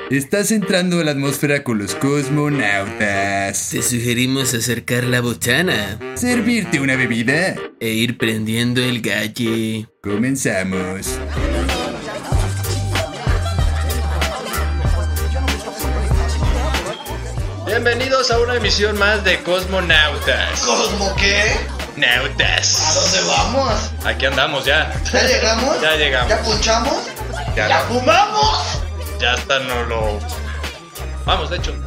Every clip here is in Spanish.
Estás entrando a la atmósfera con los cosmonautas. Te sugerimos acercar la botana Servirte una bebida. e ir prendiendo el galle. Comenzamos. Bienvenidos a una emisión más de Cosmonautas. ¿Cosmo qué? Nautas. ¿A dónde vamos? Aquí andamos ya. ¿Ya llegamos? Ya llegamos. ¿Ya punchamos? Ya ¿Ya no. fumamos? Ya hasta no lo... Vamos, de hecho.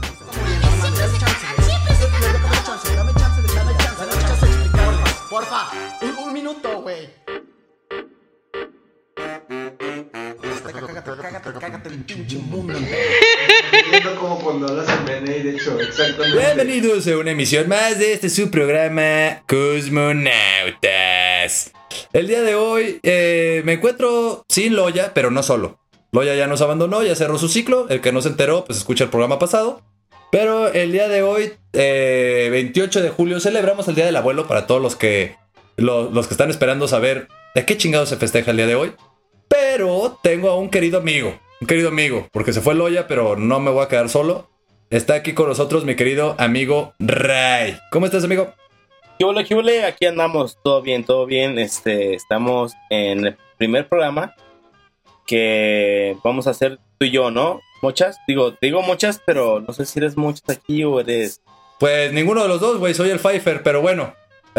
Porfa, un minuto, güey. Cágate el pinche mundo. Viendo como cuando hablas en BNI, de hecho, exactamente. Bienvenidos a una emisión más de este su programa Cosmonautas. El día de hoy me encuentro sin Loya, pero no solo. Loya ya nos abandonó, ya cerró su ciclo. El que no se enteró, pues escucha el programa pasado. Pero el día de hoy, 28 de julio, celebramos el Día del Abuelo para todos los que están esperando saber de qué chingados se festeja el día de hoy. Pero tengo a un querido amigo, porque se fue Loya, pero no me voy a quedar solo. Está aquí con nosotros mi querido amigo Ray. ¿Cómo estás, amigo? ¿Qué ole? Aquí andamos, todo bien. Estamos en el primer programa que vamos a hacer tú y yo, ¿no? Muchas, digo muchas, pero no sé si eres muchas aquí o eres... Pues ninguno de los dos, güey, soy el Pfeiffer, pero bueno.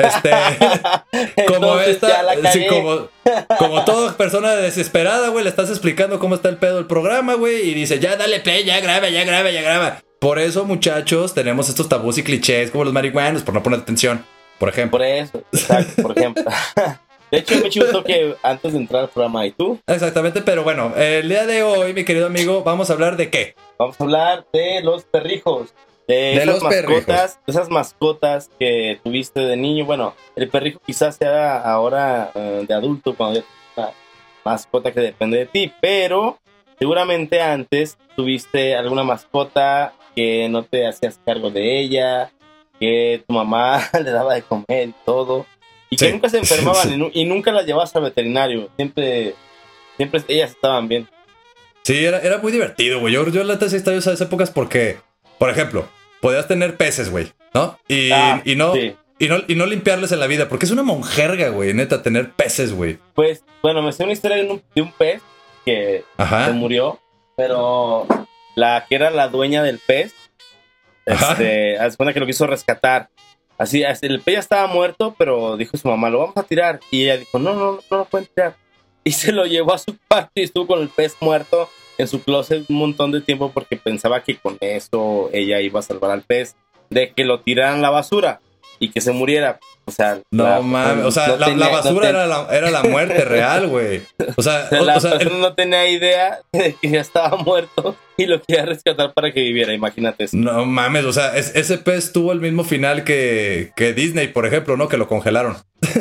Como Entonces, ya la esta, sí, cagué. como toda persona desesperada, güey, le estás explicando cómo está el pedo del programa, güey, y dice, ya dale play, ya graba. Por eso, muchachos, tenemos estos tabús y clichés como los marihuanos, por no poner atención, por ejemplo. Por eso, exacto, por ejemplo. De hecho, me gustó que antes de entrar al programa, ¿y tú? Exactamente, pero bueno, el día de hoy, mi querido amigo, vamos a hablar de ¿qué? Vamos a hablar de los perrijos. De los perrijos. Esas mascotas que tuviste de niño. Bueno, el perrijo quizás sea ahora de adulto cuando ya tienes una mascota que depende de ti, pero seguramente antes tuviste alguna mascota que no te hacías cargo de ella, que tu mamá le daba de comer y todo, y que Sí. nunca se enfermaban Sí. y nunca las llevabas al veterinario. Siempre ellas estaban bien. Sí, era muy divertido, güey. Yo la neta sí estaba en esas épocas porque, por ejemplo, podías tener peces, güey, ¿no? Y no limpiarles en la vida, porque es una monjerga, güey, neta, tener peces, güey. Pues, bueno, me sé una historia de un pez que Ajá. se murió, pero la que era la dueña del pez, Ajá. haz cuenta que lo quiso rescatar. Así, el pez ya estaba muerto, pero dijo su mamá, lo vamos a tirar. Y ella dijo, no lo pueden tirar. Y se lo llevó a su cuarto y estuvo con el pez muerto en su closet un montón de tiempo porque pensaba que con eso ella iba a salvar al pez de que lo tiraran a la basura y que se muriera. O sea, No mames, o sea, la basura era la muerte real, güey. O sea, la persona no tenía idea de que ya estaba muerto y lo quería rescatar para que viviera, imagínate eso. no mames, o sea, ese pez tuvo el mismo final que Disney, por ejemplo, ¿no? Que lo congelaron.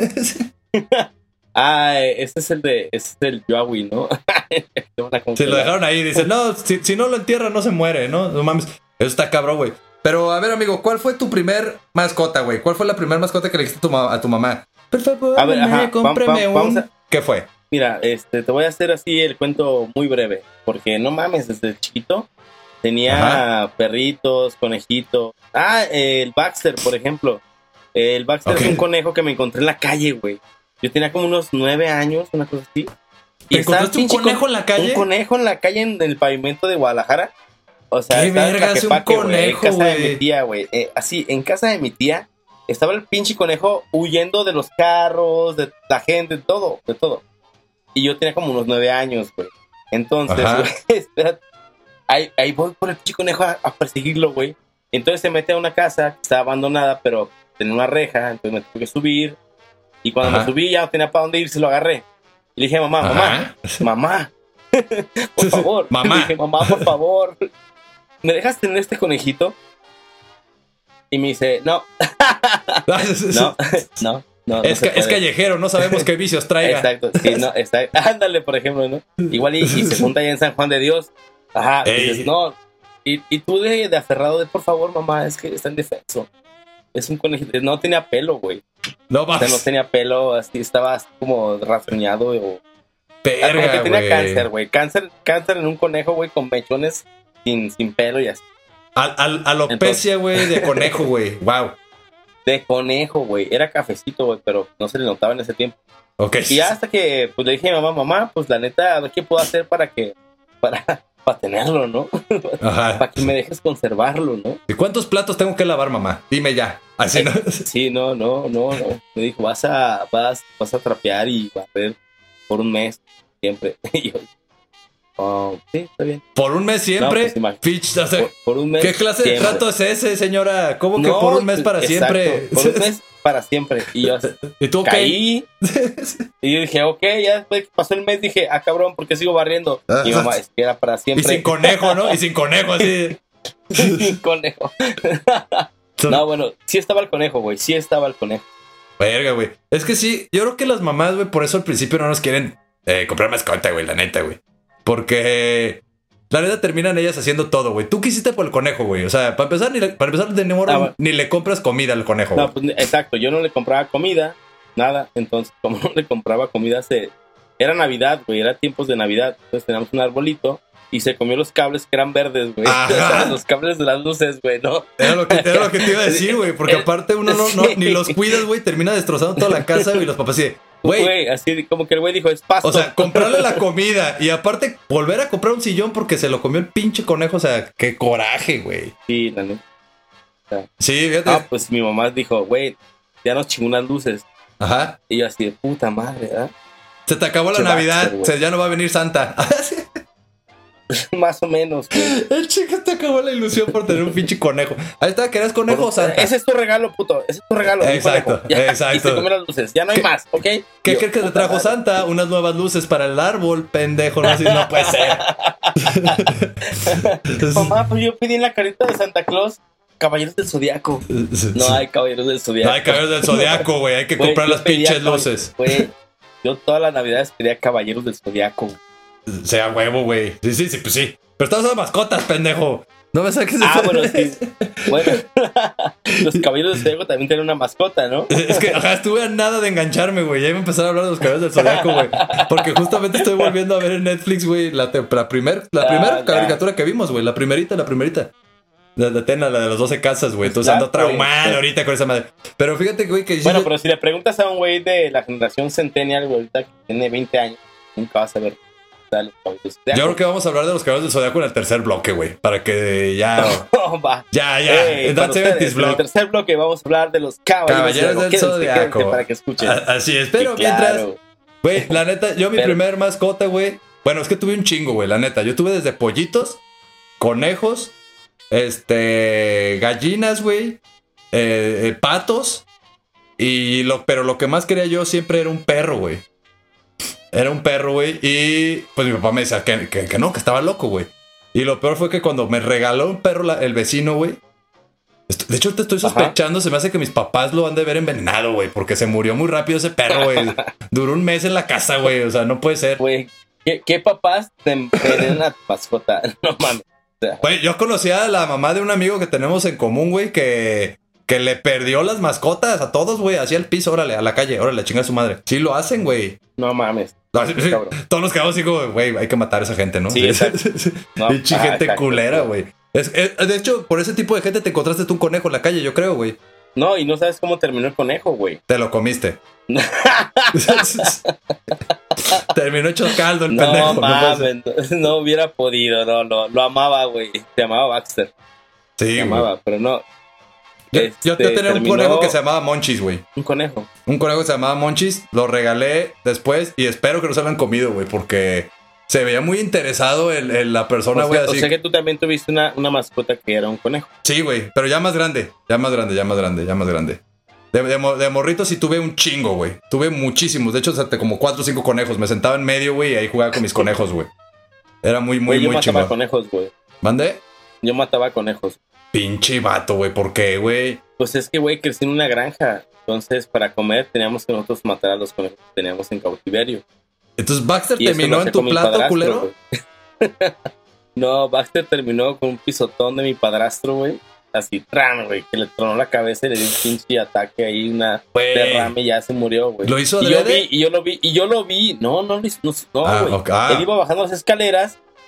Este es el Yowie, ¿no? Si lo dejaron ahí, dice, no, si no lo entierran, no se muere, ¿no? No mames, eso está cabrón, güey. Pero, a ver, amigo, ¿cuál fue tu primer mascota, güey? ¿Cuál fue la primera mascota que le dijiste a tu mamá? Por favor, A ver, ajá, cómprame vamos a... ¿Qué fue? Mira, te voy a hacer así el cuento muy breve, porque no mames, desde chiquito tenía perritos, conejitos. El Baxter, por ejemplo. El Baxter Ok. es un conejo que me encontré en la calle, güey. Yo tenía como unos 9 años, una cosa así. ¿Te estaba encontraste un pinche conejo en la calle? Un conejo en la calle en el pavimento de Guadalajara. O sea, ¿Qué estaba en vergas, un Tlaquepaque, güey, conejo, en casa de güey? mi tía, güey. Así, en casa de mi tía estaba el pinche conejo huyendo de los carros, de la gente, de todo. Y yo tenía como unos 9 años, güey. Entonces, Ajá. güey, espérate. Ahí voy por el pinche conejo a perseguirlo, güey. Entonces se mete a una casa que estaba abandonada, pero tenía una reja, entonces me tuve que subir. Y cuando Ajá. me subí ya no tenía para dónde ir, se lo agarré. Y le dije, mamá, por favor. Mamá. Le dije, mamá, por favor, ¿me dejas tener este conejito? Y me dice, no, no. Es se puede. callejero, no sabemos qué vicios traiga. Exacto, sí, no, ándale, por ejemplo, ¿no? Igual y se junta allá en San Juan de Dios. Ajá, Ey. dices, no. Y tú de aferrado de, por favor, mamá, es que está indefenso. Es un conejito, no tenía pelo, güey. No O sea, mames. no tenía pelo, así estaba así como rasguñado o... Verga, como que tenía güey. cáncer, güey. Cáncer en un conejo, güey, con mechones sin pelo y así. Alopecia, güey, de conejo, güey. Wow. De conejo, güey. Era cafecito, güey, pero no se le notaba en ese tiempo. Ok. Y hasta que pues le dije a mamá, pues la neta, a ver qué puedo hacer para tenerlo, ¿no? Ajá. Para que me dejes conservarlo, ¿no? ¿Y cuántos platos tengo que lavar, mamá? Dime ya. Así, ¿no? Sí, no. Me dijo, vas a trapear y barrer por un mes, siempre. Y yo, sí, está bien. Por un mes siempre. No, pues, Fitch, o sea, por un mes. ¿qué clase de siempre. trato es ese, señora? ¿Cómo que No, por un mes para exacto, siempre? Por un mes para siempre. Y yo ¿Y tú, ok? caí. Y yo dije, ok, ya después que pasó el mes dije, cábrón, ¿por qué sigo barriendo? Y mi mamá, es que era para Y siempre. sin conejo, ¿no? Y sin conejo, así. Sin conejo. No, bueno, sí estaba el conejo, güey. Sí estaba el conejo. Verga, güey. Es que sí, yo creo que las mamás, güey, por eso al principio no nos quieren comprar mascota, güey, la neta, güey. Porque la neta terminan ellas haciendo todo, güey. Tú quisiste por el conejo, güey. O sea, para empezar de nuevo, ni le compras comida al conejo, güey. No, pues exacto, yo no le compraba comida, nada. Entonces, como no le compraba comida, era Navidad, güey, era tiempos de Navidad. Entonces teníamos un arbolito y se comió los cables que eran verdes, güey. Los cables de las luces, güey, ¿no? Era lo que te iba a decir, güey. Porque aparte uno ni los cuidas, güey. Termina destrozando toda la casa, güey. Y los papás así, güey. Así como que el güey dijo, es pasto. O sea, comprarle la comida y aparte volver a comprar un sillón porque se lo comió el pinche conejo. O sea, qué coraje, güey. Sí, la neta. Sí, fíjate. Ah, pues mi mamá dijo, güey, ya nos chingó unas luces. Ajá. Y yo así de puta madre, ¿verdad? Se te acabó la Navidad. O sea, ya no va a venir Santa. Más o menos, güey. El chico te acabó la ilusión por tener un pinche conejo. Ahí está, ¿querías conejo o Santa? Ese es tu regalo, puto. Ese es tu regalo. Exacto, exacto. Y se comió las luces. Ya no hay más, ¿ok? ¿Qué crees que te trajo Santa? Unas nuevas luces para el árbol, pendejo. No, así no puede ser. Mamá, pues yo pedí en la carita de Santa Claus Caballeros del Zodiaco. No hay Caballeros del Zodiaco. No hay Caballeros del Zodiaco, güey. Hay que comprar las pinches luces. Güey, yo todas las navidades pedía Caballeros del Zodiaco. Sea huevo, güey. Sí, pues sí. Pero estamos de mascotas, pendejo. No me saques de bueno, sí. Bueno, los Caballeros del Zodiaco también tienen una mascota, ¿no? Es que, estuve a nada de engancharme, güey. Ya iba a empezar a hablar de los Caballeros del Zodiaco, güey. Porque justamente estoy volviendo a ver en Netflix, güey, la primera caricatura que vimos, güey. La primerita. La de Atena, la de las 12 casas, güey. Entonces ando traumado ahorita con esa madre. Pero fíjate, güey, que... Bueno, pero si le preguntas a un güey de la generación Centennial, güey, ahorita que tiene 20 años, nunca vas a ver. Yo creo que vamos a hablar de los Caballeros del Zodiaco en el tercer bloque, güey. Para que ya... Va. Ya. En el tercer bloque vamos a hablar de los Caballeros del Zodiaco. Quédense para que escuchen. Así es. Pero mientras... Güey, la neta, yo mi primer mascota, güey... Bueno, es que tuve un chingo, güey, la neta. Yo tuve desde pollitos, conejos, gallinas, güey, patos. Pero lo que más quería yo siempre era un perro, güey. Era un perro, güey. Y pues mi papá me decía que no, que estaba loco, güey. Y lo peor fue que cuando me regaló un perro el vecino, güey. De hecho, te estoy sospechando. Se me hace que mis papás lo han de ver envenenado, güey. Porque se murió muy rápido ese perro, güey. Duró un mes en la casa, güey. O sea, no puede ser. Güey, ¿qué papás te envenenan a tu mascota? No mames. O sea. Güey, yo conocía a la mamá de un amigo que tenemos en común, güey, que le perdió las mascotas a todos, güey. Hacia el piso, órale, a la calle, órale, chinga su madre. Sí lo hacen, güey. No mames. No, sí, todos nos quedamos así como, güey, hay que matar a esa gente, ¿no? Sí, exacto. No, gente exacto, culera, güey. De hecho, por ese tipo de gente te encontraste tú un conejo en la calle, yo creo, güey. No, y no sabes cómo terminó el conejo, güey. Te lo comiste. Terminó hecho caldo el pendejo. No mames, no hubiera podido, no, lo amaba, güey. Se llamaba Baxter. Sí, se llamaba, pero no. Yo tenía un conejo que se llamaba Monchis, güey. Un conejo que se llamaba Monchis. Lo regalé después y espero que no se lo hayan comido, güey, porque se veía muy interesado en la persona, güey. O sea que tú también tuviste una mascota que era un conejo. Sí, güey, pero ya más grande. De morrito sí tuve un chingo, güey. Tuve muchísimos. De hecho, como 4 o 5 conejos. Me sentaba en medio, güey, y ahí jugaba con mis conejos, güey. Era muy chingón. Yo mataba conejos, güey. ¿Mande? Yo mataba conejos. Pinche vato, güey. ¿Por qué, güey? Pues es que, güey, crecí en una granja. Entonces, para comer, teníamos que nosotros matar a los conejos que teníamos en cautiverio. Entonces, ¿Baxter terminó en tu plato, culero? No, Baxter terminó con un pisotón de mi padrastro, güey. Así, güey, que le tronó la cabeza y le dio un pinche ataque ahí, una derrame y ya se murió, güey. ¿Lo hizo adrede? Y yo lo vi. No, güey. Okay. Él iba bajando las escaleras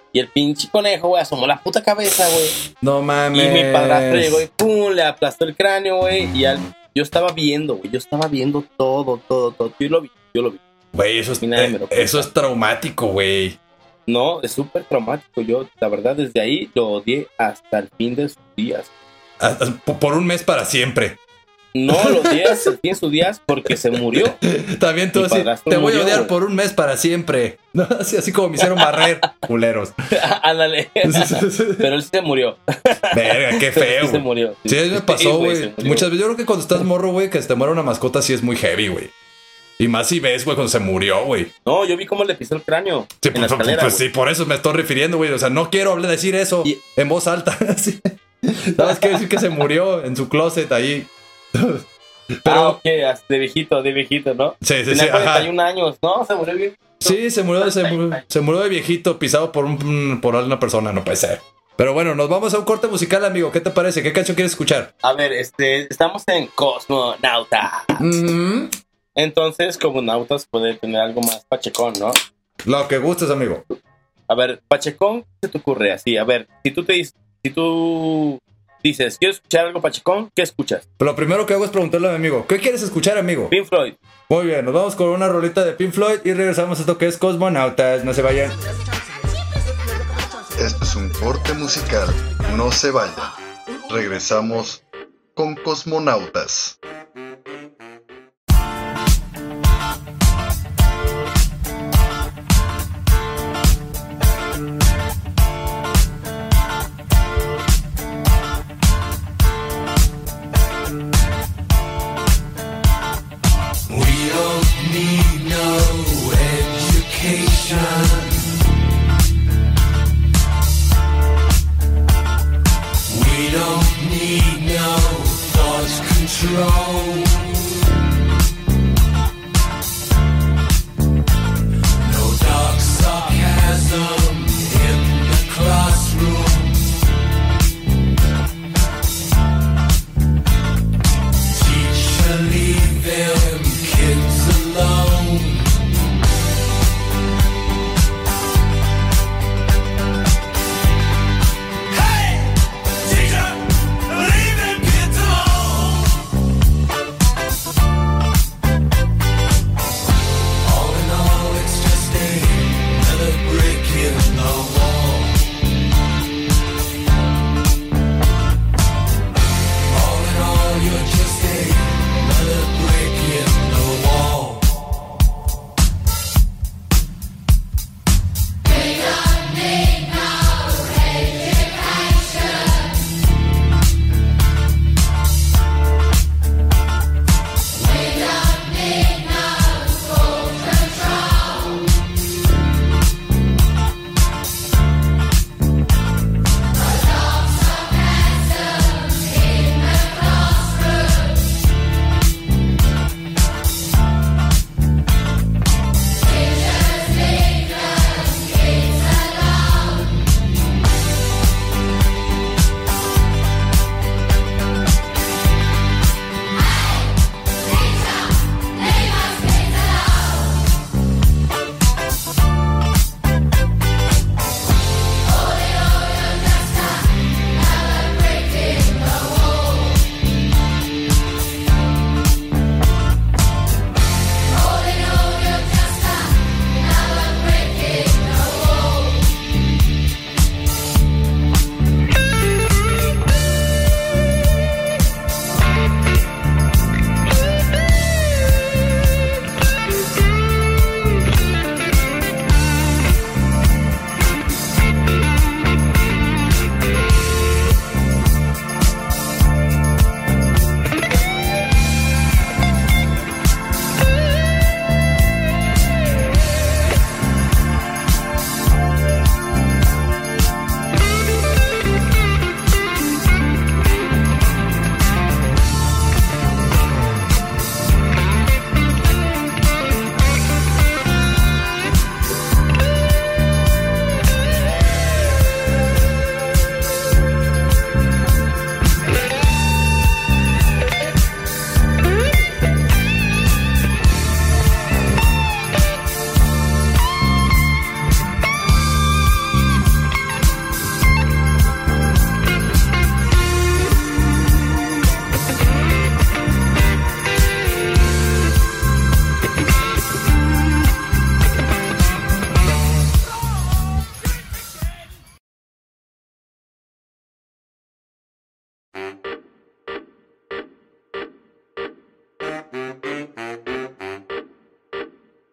Y el pinche conejo, güey, asomó la puta cabeza, güey. No mames. Y mi padrastro llegó y pum, le aplastó el cráneo, güey. Y yo estaba viendo, güey. Yo estaba viendo todo. Yo lo vi. Güey, eso es traumático, güey. No, es súper traumático. Yo, la verdad, desde ahí lo odié hasta el fin de sus días. Por un mes para siempre. No, lo odié hasta el fin de sus días porque se murió. También tú Mi así, padrastro te voy a murió, odiar güey. por un mes para siempre. ¿No? Así como me hicieron barrer, culeros. Ándale. Pero él sí se murió. Verga, qué feo. Sí se murió. Sí, a mí me pasó, güey, güey. se murió. Muchas veces, yo creo que cuando estás morro, güey, que se te muere una mascota, sí es muy heavy, güey. Y más si ves, güey, cuando se murió, güey. No, yo vi cómo le pisó el cráneo Sí, en la escalera, pues güey. sí, por eso me estoy refiriendo, güey. O sea, no quiero decir eso en voz alta. Sí. ¿Sabes qué? Decir que se murió en su closet ahí. Pero, Ok, de viejito, ¿no? Sí, Tenía ajá. 41 años, ¿no? Se murió bien. Sí, se murió de viejito, pisado por una persona, no puede ser. Pero bueno, nos vamos a un corte musical, amigo. ¿Qué te parece? ¿Qué canción quieres escuchar? A ver, estamos en Cosmonauta. Entonces, Cosmonautas puede tener algo más pachecón, ¿no? Lo que gustes, amigo. A ver, pachecón, ¿qué se te ocurre? Así, a ver, si tú dices, quiero escuchar algo pachecón, ¿qué escuchas? Pero lo primero que hago es preguntarle a mi amigo, ¿qué quieres escuchar, amigo? Pink Floyd. Muy bien, nos vamos con una rolita de Pink Floyd y regresamos a esto que es Cosmonautas. No se vayan. Esto es un corte musical. No se vayan. Regresamos con Cosmonautas.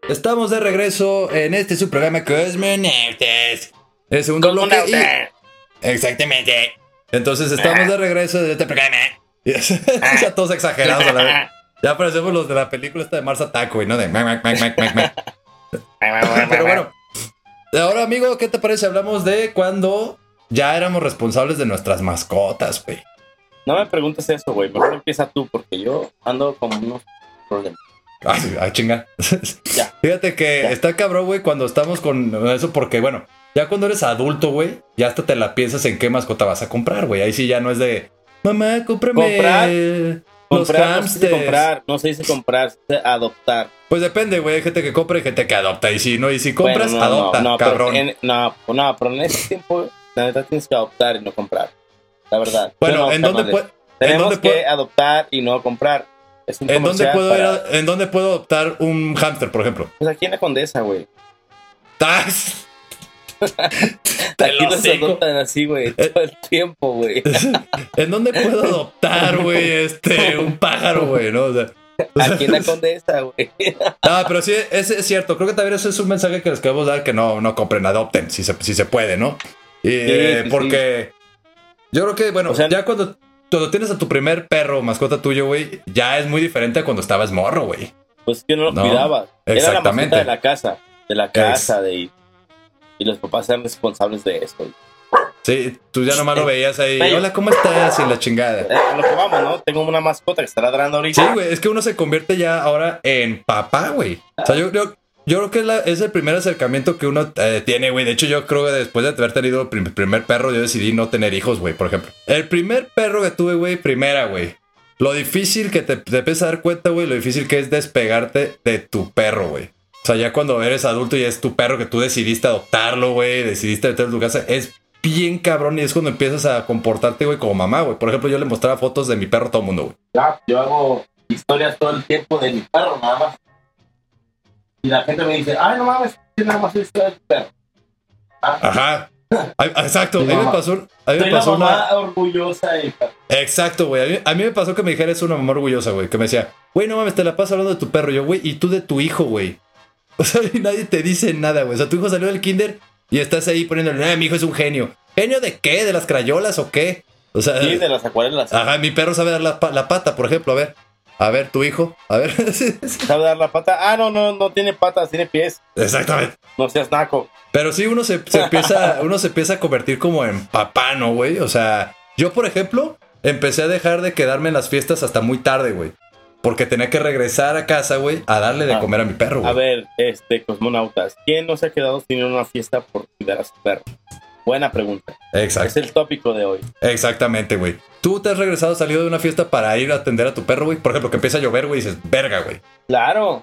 Estamos de regreso en este su programa Cosmonautas. El segundo bloque. Exactamente. Entonces estamos de regreso de este programa. Ya todos exagerados a la vez. Ya parecemos los de la película esta de Mars Attack, güey, ¿no? De Pero bueno. Ahora, amigo, ¿qué te parece? Hablamos de cuando ya éramos responsables de nuestras mascotas, güey. No me preguntes eso, güey. Mejor empieza tú, porque yo ando con unos problemas. Chinga. Ya. Fíjate que Ya. está cabrón, güey, cuando estamos con eso, porque, bueno, ya cuando eres adulto, güey, ya hasta te la piensas en qué mascota vas a comprar, güey. Ahí sí ya no es de, mamá, cómprame ¿Comprar? los Comprar, no se dice hamsters. comprar, no se dice comprar, se dice adoptar. Pues depende, güey. Hay gente que compra y gente que adopta. Y si no, y si compras, Bueno, adopta, cabrón. Pero en ese tiempo, la neta tienes que adoptar y no comprar. La verdad. Bueno, ¿en dónde Tenemos que adoptar y no comprar. Es un ¿En dónde comercial puedo para- ¿En dónde puedo adoptar un hámster, por ejemplo? Pues aquí en la Condesa, güey. ¡Tas! Aquí los adoptan así, güey, todo el tiempo, güey. ¿En dónde puedo adoptar, güey, un pájaro, güey, no? O sea, Aquí en la Condesa, güey. pero sí, es cierto. Creo que también eso es un mensaje que les queremos dar, que no compren, adopten, si se puede, ¿no? Sí, porque yo creo que, bueno, O sea, ya cuando tienes a tu primer perro, mascota tuyo, güey, ya es muy diferente a cuando estabas morro, güey. Pues que no lo No, cuidaba. Era la exactamente. mascota de la casa, y los papás eran responsables de eso. Güey. Sí, tú ya nomás lo veías ahí. Pero- Hola, ¿cómo estás? Y la chingada. A lo que vamos, ¿no? Tengo una mascota que está ladrando ahorita. Sí, güey, es que uno se convierte ya ahora en papá, güey. O sea, yo creo que es el primer acercamiento que uno tiene, güey. De hecho, yo creo que después de haber tenido el primer perro, yo decidí no tener hijos, güey, por ejemplo. El primer perro que tuve, güey, güey. Lo difícil que te empiezas a dar cuenta, güey, lo difícil que es despegarte de tu perro, güey. O sea, ya cuando eres adulto y es tu perro que tú decidiste adoptarlo, güey, decidiste meterlo en tu casa, es bien cabrón y es cuando empiezas a comportarte, güey, como mamá, güey. Por ejemplo, yo le mostraba fotos de mi perro a todo el mundo, güey. Ya, yo hago historias todo el tiempo de mi perro, nada más. Y la gente me dice, ay, no mames, que nada más es historia de tu perro. Ajá. Exacto. A mí me mamá. pasó, Soy la mamá orgullosa de mi perro. Exacto, güey. A mí me pasó que me dijera, es una mamá orgullosa, güey. Que me decía, güey, no mames, te la pasas hablando de tu perro. Yo, güey, y tú de tu hijo, güey. O sea, y nadie te dice nada, güey. O sea, tu hijo salió del kinder y estás ahí poniéndole, mi hijo es un genio. ¿Genio de qué? ¿De las crayolas o qué? O sea, Sí, de las acuarelas. ajá, mi perro sabe dar la pata, por ejemplo. A ver, tu hijo. A ver. ¿Sabe dar la pata? Ah, no tiene patas, tiene pies. Exactamente. No seas naco. Pero sí, uno se empieza a convertir como en papá, ¿no, güey? O sea, yo, por ejemplo, empecé a dejar de quedarme en las fiestas hasta muy tarde, güey. Porque tenía que regresar a casa, güey, a darle de comer a mi perro, güey. A ver, cosmonautas, ¿quién no se ha quedado sin ir a una fiesta por cuidar a su perro? Buena pregunta. Exacto. Es el tópico de hoy. Exactamente, güey. ¿Tú te has regresado, salido de una fiesta para ir a atender a tu perro, güey? Por ejemplo, que empieza a llover, güey, y dices, verga, güey. Claro.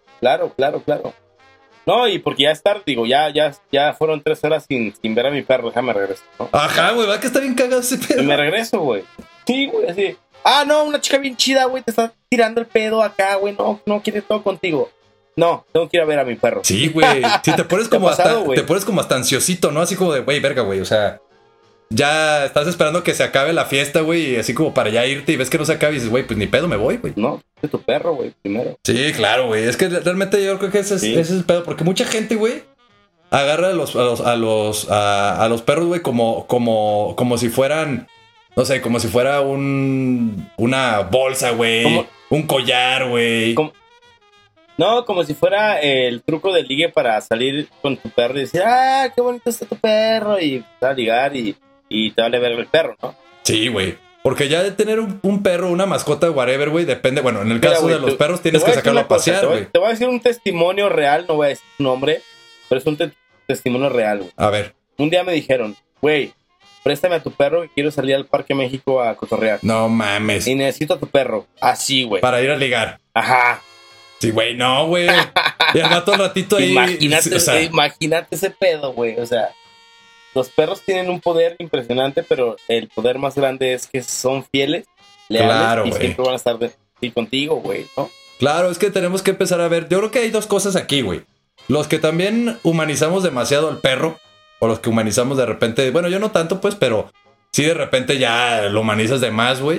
No, y porque ya es tarde, digo, ya fueron 3 horas sin ver a mi perro, déjame regreso, ¿no? Ajá, güey, va que está bien cagado ese Y pedo. me regreso, güey. Sí, güey, así. Ah, no, una chica bien chida, güey, te está tirando el pedo acá, güey, no quiere todo contigo. No, tengo que ir a ver a mi perro. Sí, güey. Sí, te pones ¿Te ha como pasado, hasta, güey? te pones como hasta ansiosito, ¿no? Así como de, güey, verga, güey. O sea, ya estás esperando que se acabe la fiesta, güey, y así como para ya irte y ves que no se acaba y dices, güey, pues ni pedo, me voy, güey. No, de tu perro, güey, primero. Sí, claro, güey. Es que realmente yo creo que ese es el pedo. Porque mucha gente, güey, agarra a los perros, güey, como si fueran, no sé, como si fuera una bolsa, güey. ¿Cómo? Un collar, güey. No, como si fuera el truco del ligue para salir con tu perro y decir, ah, qué bonito está tu perro, y vas a ligar y te vale ver el perro, ¿no? Sí, güey. Porque ya de tener un perro, una mascota, whatever, güey, depende. Bueno, en el Mira, caso güey, de los perros tienes te que voy a decir sacarlo una a cosa, pasear, güey. Te voy a decir un testimonio real, no voy a decir su nombre, pero es un testimonio real, güey. A ver. Un día me dijeron, güey, préstame a tu perro que quiero salir al Parque México a cotorrear. No mames. Y necesito a tu perro. Así, güey. Para ir a ligar. Ajá. Sí, güey, no, güey. Y al rato un ratito ahí. Imagínate, o sea, imagínate ese pedo, güey. O sea, los perros tienen un poder impresionante, pero el poder más grande es que son fieles, leales, Claro, y güey. siempre van a estar contigo, güey, ¿no? claro, es que tenemos que empezar a ver. Yo creo que hay dos cosas aquí, güey. Los que también humanizamos demasiado al perro, o los que humanizamos de repente. Bueno, yo no tanto, pues, pero sí de repente ya lo humanizas de más, güey.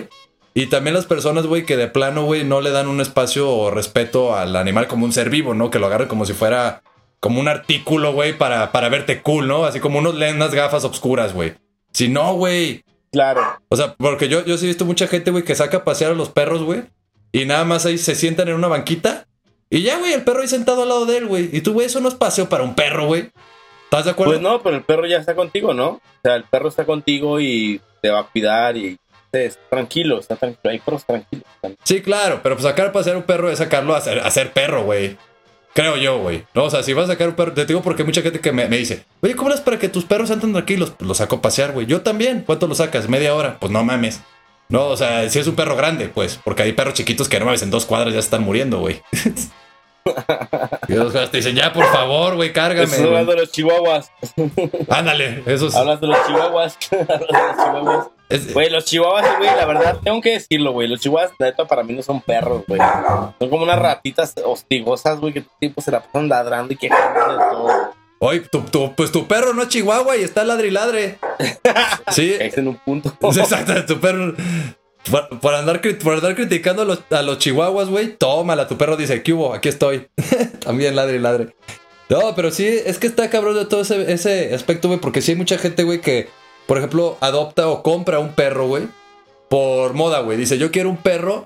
Y también las personas, güey, que de plano, güey, no le dan un espacio o respeto al animal como un ser vivo, ¿no? Que lo agarren como si fuera como un artículo, güey, para verte cool, ¿no? Así como unas gafas obscuras, güey. Si no, güey. Claro. O sea, porque yo sí he visto mucha gente, güey, que saca a pasear a los perros, güey. Y nada más ahí se sientan en una banquita. Y ya, güey, el perro ahí sentado al lado de él, güey. Y tú, güey, eso no es paseo para un perro, güey. ¿Estás de acuerdo? Pues no, pero el perro ya está contigo, ¿no? O sea, el perro está contigo y te va a cuidar y está tranquilo. Hay perros tranquilos. Sí, claro, pero pues sacar a pasear un perro es sacarlo a ser perro, güey. Creo yo, güey. No, o sea, si vas a sacar un perro, te digo porque hay mucha gente que me dice, oye, ¿cómo es para que tus perros sean tan tranquilos? Pues los saco a pasear, güey. Yo también. ¿Cuánto lo sacas? ¿Media hora? Pues no mames. No, o sea, si es un perro grande, pues, porque hay perros chiquitos que no mames, en 2 cuadras ya están muriendo, güey. Y los te dicen, ya, por favor, güey, cárgame. Estás hablando de los chihuahuas. Ándale, esos. Hablas de los chihuahuas. Güey, los chihuahuas, güey, la verdad, tengo que decirlo, güey. Los chihuahuas, la neta, para mí no son perros, güey. Son como unas ratitas hostigosas, güey, que todo el tiempo se la pasan ladrando y quejándose de todo. Oye, pues tu perro no es chihuahua y está ladre. Sí. Es en un punto. Exacto, tu perro. Por andar criticando a los chihuahuas, güey, tómala, tu perro dice, ¿qué hubo? Aquí estoy. También ladre. No, pero sí, es que está cabrón de todo ese aspecto, güey, porque sí hay mucha gente, güey, que, por ejemplo, adopta o compra un perro, güey, por moda, güey. Dice, yo quiero un perro,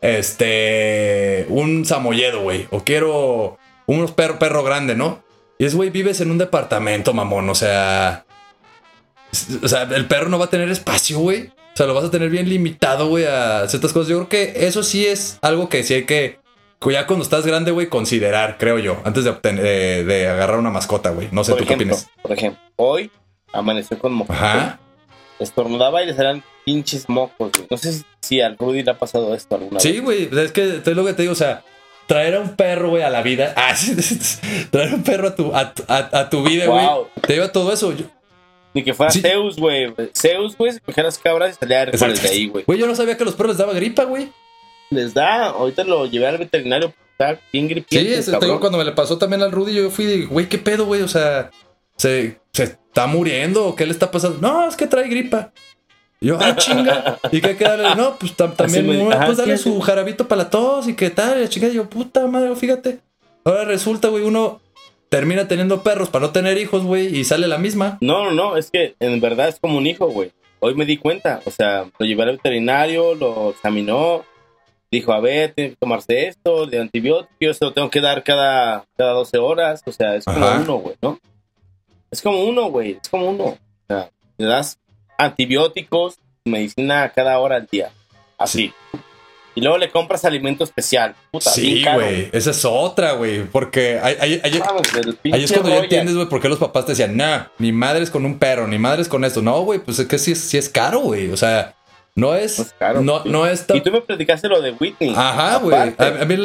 un samoyedo, güey, o quiero un perro grande, ¿no? Y es, güey, vives en un departamento, mamón, o sea, el perro no va a tener espacio, güey. O sea, lo vas a tener bien limitado, güey, a ciertas cosas. Yo creo que eso sí es algo que sí hay que, ya cuando estás grande, güey, considerar, creo yo, antes de agarrar una mascota, güey. No sé, ¿tú qué opinas? Por ejemplo, hoy amaneció con mocos. Ajá. Estornudaba y le salían pinches mocos, güey. No sé si al Rudy le ha pasado esto alguna vez. Sí, güey, es que es lo que te digo, o sea, traer a un perro, güey, a la vida. Traer un perro a tu vida, güey. Wow. Te lleva todo eso. Ni que fuera Zeus, güey. Zeus, güey, se cogía las cabras y salía Hércules de ahí, güey. Güey, yo no sabía que a los perros les daba gripa, güey. Les da. Ahorita lo llevé al veterinario para estar bien gripiente. Sí, te digo, cuando me le pasó también al Rudy, yo fui de, güey, ¿qué pedo, güey? O sea, ¿se está muriendo o qué le está pasando? No, es que trae gripa. Y yo, chinga. ¿Y qué hay que darle? No, pues también, pues darle su jarabito para la tos y qué tal. Y chinga, y yo, puta madre, fíjate. Ahora resulta, güey, uno termina teniendo perros para no tener hijos, güey, y sale la misma. No, es que en verdad es como un hijo, güey. Hoy me di cuenta, o sea, lo llevé al veterinario, lo examinó, dijo, a ver, tiene que tomarse esto, de antibióticos, se lo tengo que dar cada 12 horas, o sea, es como uno, güey, ¿no? Es como uno, güey, es como uno. O sea, le das antibióticos, medicina cada hora al día, así. Y luego le compras alimento especial. Puta, sí, güey. Esa es otra, güey. Porque ahí es cuando ya entiendes, güey, por qué los papás te decían, nah, ni madres con un perro, ni madres con esto. No, güey, pues es que sí es caro, güey. O sea, no es caro. No es tan... Y tú me platicaste lo de Whitney. Ajá, güey. A mí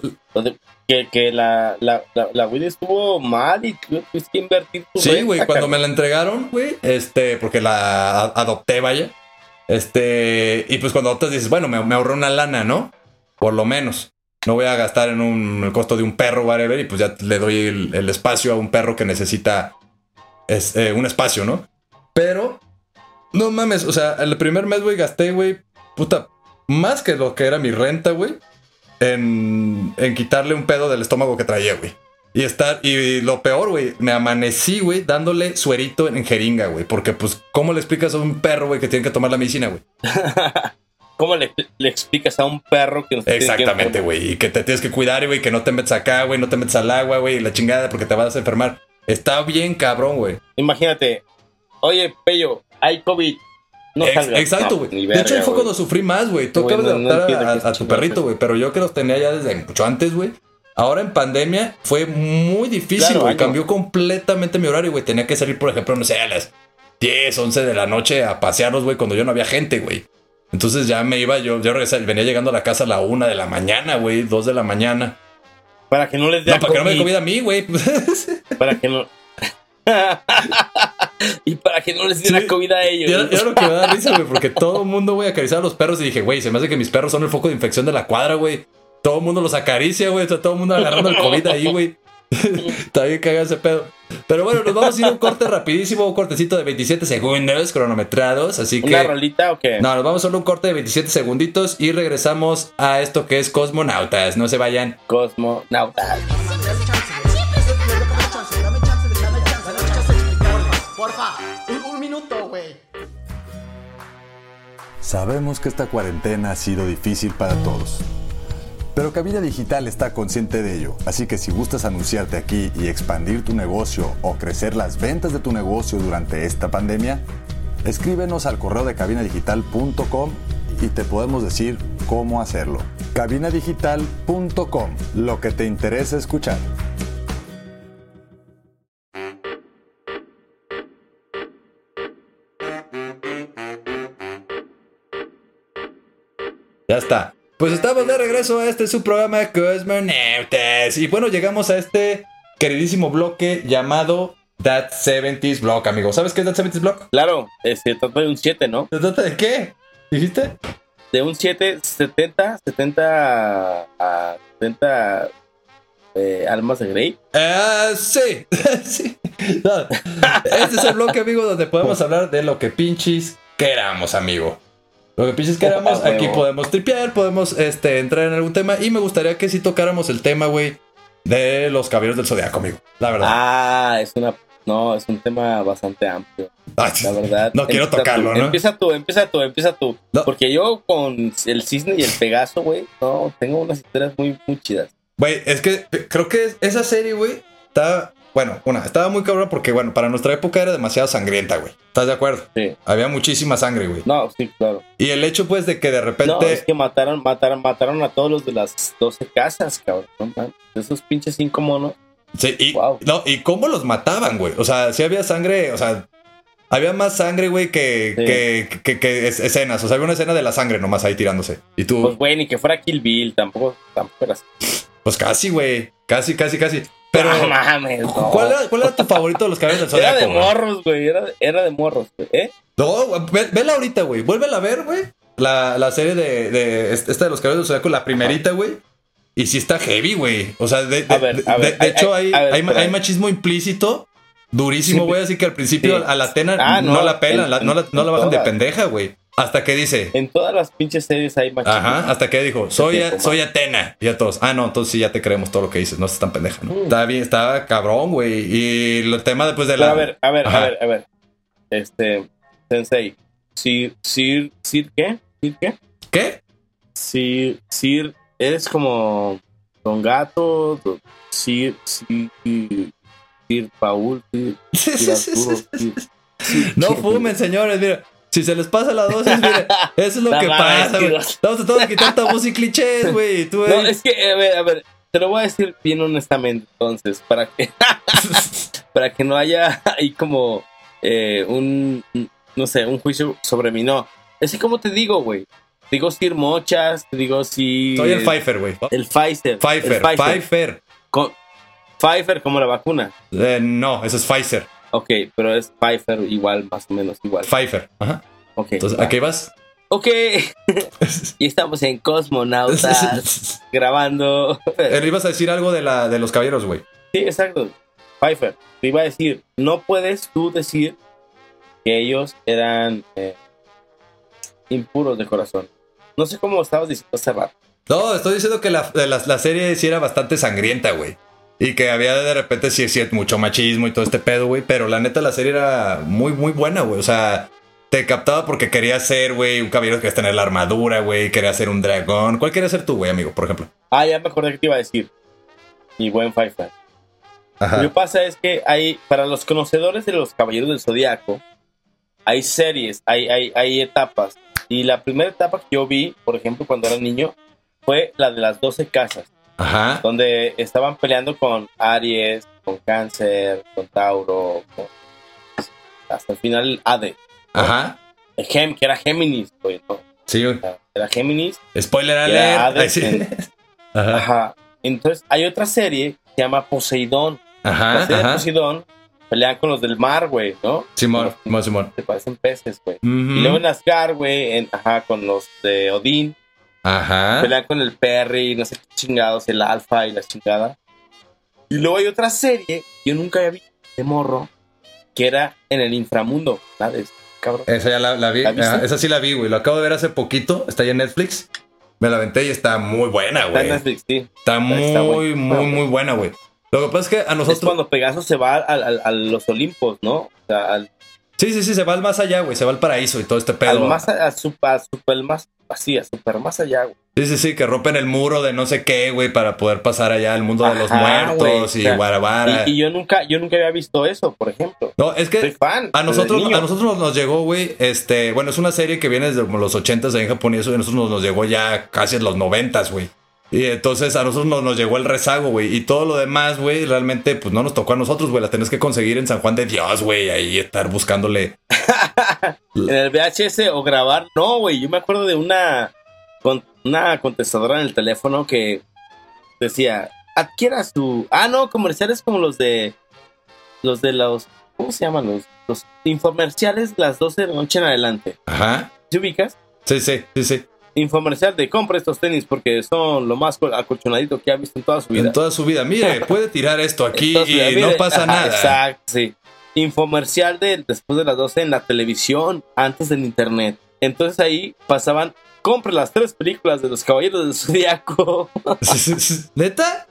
la Whitney estuvo mal y tuviste que invertir tu sí, güey, cuando me la entregaron, güey, porque la adopté, vaya. Y pues cuando adoptas dices, bueno, me ahorré una lana, ¿no? Por lo menos. No voy a gastar en el costo de un perro, whatever, y pues ya le doy el espacio a un perro que necesita un espacio, ¿no? Pero, no mames, o sea, el primer mes, güey, gasté, güey, puta, más que lo que era mi renta, güey, en quitarle un pedo del estómago que traía, güey. Y lo peor, güey, me amanecí, güey, dándole suerito en jeringa, güey. Porque, pues, ¿cómo le explicas a un perro, güey, que tiene que tomar la medicina, güey? ¿Cómo le explicas a un perro que no se exactamente, güey, y que te tienes que cuidar, güey, que no te metas acá, güey, no te metas al agua, güey, y la chingada, porque te vas a enfermar? Está bien cabrón, güey. Imagínate, oye, Pello, hay COVID. No salgas. Exacto, güey. De hecho, ahí fue cuando sufrí más, güey. Tú acabas de adoptar a tu perrito, güey, pero yo que los tenía ya desde mucho antes, güey. Ahora en pandemia fue muy difícil, güey. Claro, cambió completamente mi horario, güey. Tenía que salir, por ejemplo, no sé, a las 10, 11 de la noche a pasearlos, güey, cuando yo no había gente, güey. Entonces ya me iba, yo regresaba, venía llegando a la casa a la 1 de la mañana, güey, 2 de la mañana. Para que no les dé para que no me dé comida a mí, güey. Para que no... y para que no les dé la comida a ellos. Era lo que me da risa, güey, porque todo el mundo, güey, acariciaba a los perros y dije, güey, se me hace que mis perros son el foco de infección de la cuadra, güey. Todo el mundo los acaricia, güey. Todo el mundo agarrando el COVID ahí, güey. Está bien cagado ese pedo. Pero bueno, nos vamos a ir a un corte rapidísimo, un cortecito de 27 segundos cronometrados, así que... ¿Una rolita o qué? No, nos vamos solo a un corte de 27 segunditos y regresamos a esto que es Cosmonautas. No se vayan. Cosmonautas. Porfa, un minuto, güey. Sabemos que esta cuarentena ha sido difícil para todos, pero Cabina Digital está consciente de ello, así que si gustas anunciarte aquí y expandir tu negocio o crecer las ventas de tu negocio durante esta pandemia, escríbenos al correo de cabinadigital.com y te podemos decir cómo hacerlo. cabinadigital.com, lo que te interesa escuchar. Ya está. Pues estamos de regreso a este su programa Cosmonautas. Y bueno, llegamos a este queridísimo bloque llamado That 70s Block, amigo. ¿Sabes qué es That 70s Block? Claro, trata de un 7, ¿no? ¿Se trata de qué? ¿Dijiste? De un 7, 70 a 70 almas de Grey. Sí. Sí. No. Este es el bloque, amigo, donde podemos hablar de lo que pinches queramos, amigo. Lo que pinches queramos, aquí podemos tripear, podemos entrar en algún tema. Y me gustaría que si tocáramos el tema, güey, de los Caballeros del Zodiaco, amigo. La verdad. Es un tema bastante amplio. Ay, la verdad. No quiero tocarlo, ¿no? Empieza tú. No. Porque yo con el Cisne y el Pegaso, güey, tengo unas historias muy, muy chidas. Güey, es que creo que esa serie, güey, está... Bueno, estaba muy cabrón porque, bueno, para nuestra época era demasiado sangrienta, güey. ¿Estás de acuerdo? Sí. Había muchísima sangre, güey. No, sí, claro. Y el hecho, pues, de que de repente... No, es que mataron a todos los de las 12 casas, cabrón. ¿No? Esos pinches 5 monos. Sí, ¿y cómo los mataban, güey? O sea, sí había sangre, o sea... Había más sangre, güey, que escenas. O sea, había una escena de la sangre nomás ahí tirándose. Y tú... Pues, güey, ni que fuera Kill Bill. Tampoco era así. Pues casi, güey. Casi. Pero, no mames, no. ¿Cuál era tu favorito de los Caballeros del Zodiaco? Era de morros, güey. Era de morros, güey. No, vela ahorita, güey. Vuélvela a ver, güey. La serie de esta de los Caballeros del Zodiaco, la primerita, güey. Y sí está heavy, güey. O sea, de hecho, hay machismo implícito. Durísimo, güey. Así que al principio a la Atena no la pelan, no la bajan de pendeja, güey. Hasta que dice... En todas las pinches series hay machismo. Ajá, hasta que dijo, soy Atena. Y a todos, no, entonces sí ya te creemos todo lo que dices, no estás tan pendeja, ¿no? Está bien, está cabrón, güey. Y el tema después de la... A ver. Sensei. ¿Sir qué? ¿Sir qué? ¿Qué? Sir, eres como Don Gato, Sir Paul, Sir Arturo, No fumen, señores, mira. Si se les pasa la dosis, mire, eso es lo que pasa, güey. Estamos tratando de quitar tabús y clichés, güey. No, es que, a ver, te lo voy a decir bien honestamente, entonces, para que no haya ahí como un juicio sobre mí, no. Es que como te digo, güey. Te digo Sir Mochas, te digo si... Soy el Pfeiffer, güey. El Pfizer. Pfeiffer como la vacuna. No, eso es Pfizer. Ok, pero es Pfeiffer igual, más o menos igual. Pfeiffer, ajá. Ok. Entonces, ¿a qué vas? Ok. Y estamos en Cosmonautas grabando. Ibas a decir algo de los caballeros, güey. Sí, exacto. Pfeiffer, te iba a decir, no puedes tú decir que ellos eran impuros de corazón. No sé cómo estabas diciendo hace rato. No, estoy diciendo que la serie sí era bastante sangrienta, güey. Y que había de repente sí mucho machismo y todo este pedo, güey. Pero la neta la serie era muy, muy buena, güey. O sea, te captaba porque querías ser, güey, un caballero que querías tener la armadura, güey. Querías ser un dragón. ¿Cuál querías ser tú, güey, amigo, por ejemplo? Ya me acordé que te iba a decir. Mi buen Pfeiffer. Ajá. Lo que pasa es que para los conocedores de los Caballeros del Zodiaco, hay series, hay etapas. Y la primera etapa que yo vi, por ejemplo, cuando era niño, fue la de las 12 casas. Ajá. Donde estaban peleando con Aries, con Cáncer, con Tauro, hasta el final Hades. Ajá. Que era Géminis, güey, ¿no? Sí, güey. Era Géminis. Spoiler alert. Sí. Ajá. Entonces, hay otra serie que se llama Poseidón. Ajá. La serie de Poseidón pelean con los del mar, güey, ¿no? Simón. Se parecen peces, güey. Y luego en Asgard, güey, con los de Odín. Ajá. Pelean con el Perry, no sé qué chingados, el Alfa y la chingada. Y luego hay otra serie que yo nunca había visto, de morro, que era en el inframundo, ¿sabes? Cabrón. Esa ya la vi. Esa sí la vi, güey. Lo acabo de ver hace poquito. Está ahí en Netflix. Me la aventé y está muy buena, güey. Está en Netflix, sí. Está muy buena, güey. Lo que pasa es que a nosotros... Es cuando Pegaso se va a los Olimpos, ¿no? O sea, Sí, se va al más allá, güey. Se va al paraíso y todo este pedo. super más allá, güey. Sí, que rompen el muro de no sé qué, güey, para poder pasar allá al mundo de los muertos, wey, y guarabara. Y yo nunca había visto eso, por ejemplo. No, es que soy fan. A nosotros nos llegó, güey, bueno, es una serie que viene desde los 80s ahí en Japón y eso, y a nosotros nos llegó ya casi en los 90s, güey. Y entonces a nosotros nos llegó el rezago, güey. Y todo lo demás, güey, realmente pues no nos tocó a nosotros, güey. La tenés que conseguir en San Juan de Dios, güey. Ahí estar buscándole. En el VHS o grabar. No, güey. Yo me acuerdo de una contestadora en el teléfono que decía, adquiera su... no, comerciales como los de los... ¿Cómo se llaman? Los infomerciales las 12 de la noche en adelante. Ajá. ¿Te ubicas? Sí. Infomercial de compra estos tenis porque son lo más acolchonadito que ha visto en toda su vida. En toda su vida. Mire, puede tirar esto aquí y no pasa nada. Exacto, sí. Infomercial después de las 12 en la televisión, antes del internet. Entonces ahí pasaban, compre las 3 películas de los Caballeros del Zodiaco. ¿Neta?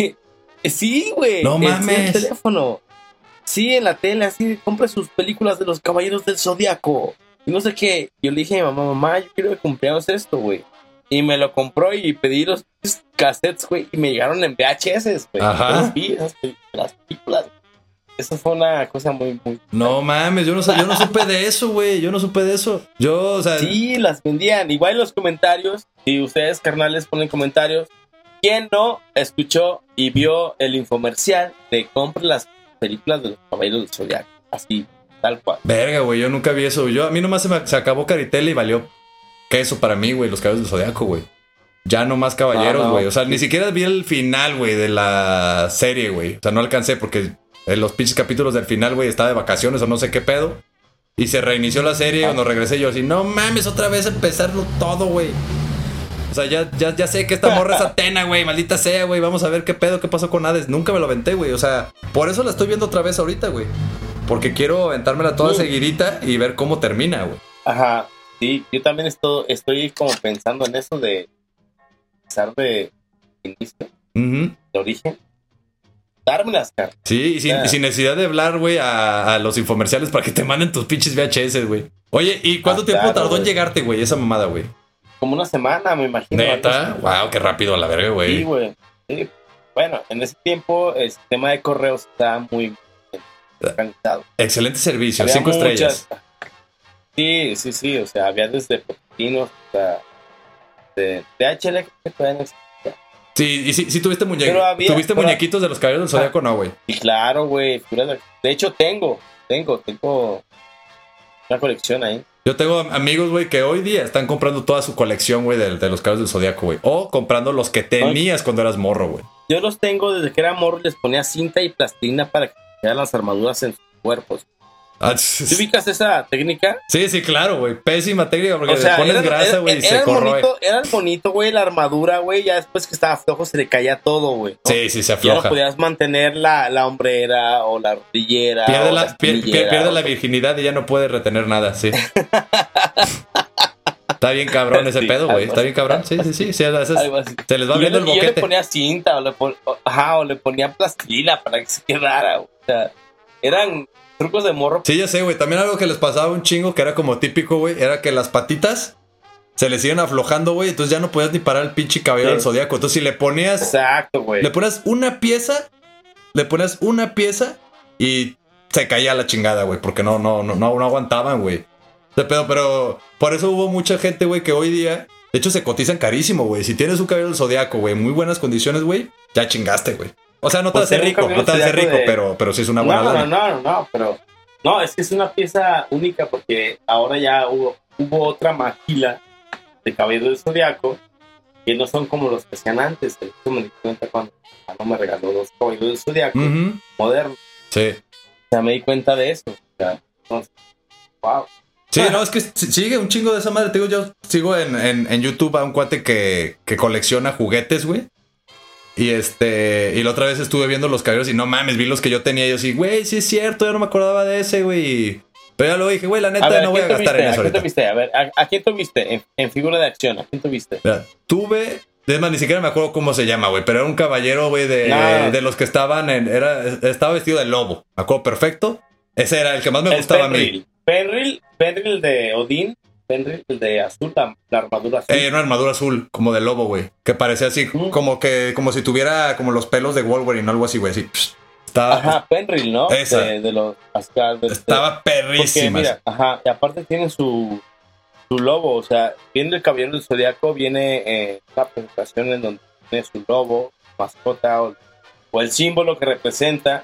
Sí, güey. No mames. En el teléfono. Sí, en la tele, así, compre sus películas de los Caballeros del Zodiaco. Y no sé qué. Yo le dije a mamá, yo quiero de cumpleaños esto, güey. Y me lo compró y pedí los cassettes, güey. Y me llegaron en VHS, güey. Ajá. Las películas. Eso fue una cosa muy... No mames, yo no supe de eso, güey. Yo no supe de eso. O sea... Sí, las vendían. Igual en los comentarios, si ustedes, carnales, ponen comentarios. ¿Quién no escuchó y vio el infomercial de compre las películas de los Caballeros del Zodiaco? Así, tal cual. Verga, güey, yo nunca vi eso. A mí nomás se acabó Caritel y valió queso para mí, güey, los Caballeros del Zodiaco, güey. Ya no más caballeros, güey. O sea, ni siquiera vi el final, güey, de la serie, güey. O sea, no alcancé porque en los pinches capítulos del final, güey, estaba de vacaciones o no sé qué pedo. Y se reinició la serie y cuando regresé yo así, no mames, otra vez empezarlo todo, güey. O sea, ya sé que esta morra es Atena, güey, maldita sea, güey. Vamos a ver qué pedo, qué pasó con Hades. Nunca me lo aventé, güey. O sea, por eso la estoy viendo otra vez ahorita, güey. Porque quiero aventármela toda seguidita y ver cómo termina, güey. Ajá, sí, yo también estoy como pensando en eso de empezar de inicio, de origen. Dármelas, cara. Sí, y sin necesidad de hablar, güey, a los infomerciales para que te manden tus pinches VHS, güey. Oye, ¿y cuánto tiempo tardó en llegarte, güey, esa mamada, güey? Como una semana, me imagino. ¿Neta? Wow, qué rápido a la verga, güey. Sí, güey. Sí. Bueno, en ese tiempo el sistema de correos estaba muy organizado. Excelente servicio, había 5 estrellas. Sí. O sea, había desde Pepinos hasta de DHL que todavía no existía. Sí, y sí tuviste ¿Tuviste muñequitos de los Caballeros del Zodiaco? No, güey. Sí, claro, güey. De hecho, tengo una colección ahí. Yo tengo amigos, güey, que hoy día están comprando toda su colección, güey, de los Caballeros del Zodiaco, güey. O comprando los que tenías cuando eras morro, güey. Yo los tengo desde que era morro y les ponía cinta y plastilina para que quedaran las armaduras en sus cuerpos. ¿Te ubicas esa técnica? Sí, claro, güey. Pésima técnica porque le pones grasa, güey, y se corroe. Era bonito, güey, la armadura, güey. Ya después que estaba flojo se le caía todo, güey, ¿no? Sí, se afloja. Ya no podías mantener la hombrera o la rodillera. Pierde la virginidad y ya no puede retener nada, sí. Está bien cabrón ese pedo, güey. Está bien cabrón. Sí. A veces se les va viendo el boquete. Yo le ponía cinta o le ponía plastilina para que se quedara, güey. O sea, eran trucos de morro. Sí, ya sé, güey. También algo que les pasaba un chingo, que era como típico, güey, era que las patitas se les iban aflojando, güey. Entonces ya no podías ni parar el pinche caballero del Zodiaco. Entonces si le ponías... Exacto, güey. Le ponías una pieza y se caía la chingada, güey. Porque no aguantaban, güey. Pero por eso hubo mucha gente, güey, que hoy día... De hecho, se cotizan carísimo, güey. Si tienes un caballero del Zodiaco, güey, en muy buenas condiciones, güey, ya chingaste, güey. O sea, no te hace rico, pero sí es una buena lana. No, pero... No, es que es una pieza única porque ahora ya hubo otra maquila de cabello del Zodiaco que no son como los que hacían antes. Yo me di cuenta cuando no me regaló los caballos del Zodiaco modernos. Sí. O sea, me di cuenta de eso. O sea, entonces, wow. Sí, no, es que sigue un chingo de esa madre. Te digo, yo sigo en YouTube a un cuate que colecciona juguetes, güey. Y la otra vez estuve viendo los caballeros y no mames, vi los que yo tenía. Y yo sí, güey, sí es cierto, yo no me acordaba de ese, güey. Pero ya lo dije, güey, la neta ver, no voy a gastar en eso ¿A quién ahorita. tuviste? A ver, ¿a quién tuviste en figura de acción? ¿A quién tuviste? Mira, tuve... Es más, ni siquiera me acuerdo cómo se llama, güey. Pero era un caballero, güey, de los que estaban estaba vestido de lobo. Me acuerdo perfecto. Ese era el que más me gustaba Penril. a mí. Penril de Odín. Penril, el de azul, la armadura azul. Una armadura azul, como de lobo, güey. Que parecía así, como si tuviera como los pelos de Wolverine o algo así, güey. Así, estaba, ajá, Penril, ¿no? Esa. De los Asgard. Estaba perrísima. Porque, mira, ajá, y aparte tiene su lobo, o sea, viene el Caballero del Zodiaco, viene una presentación en donde tiene su lobo, mascota, o el símbolo que representa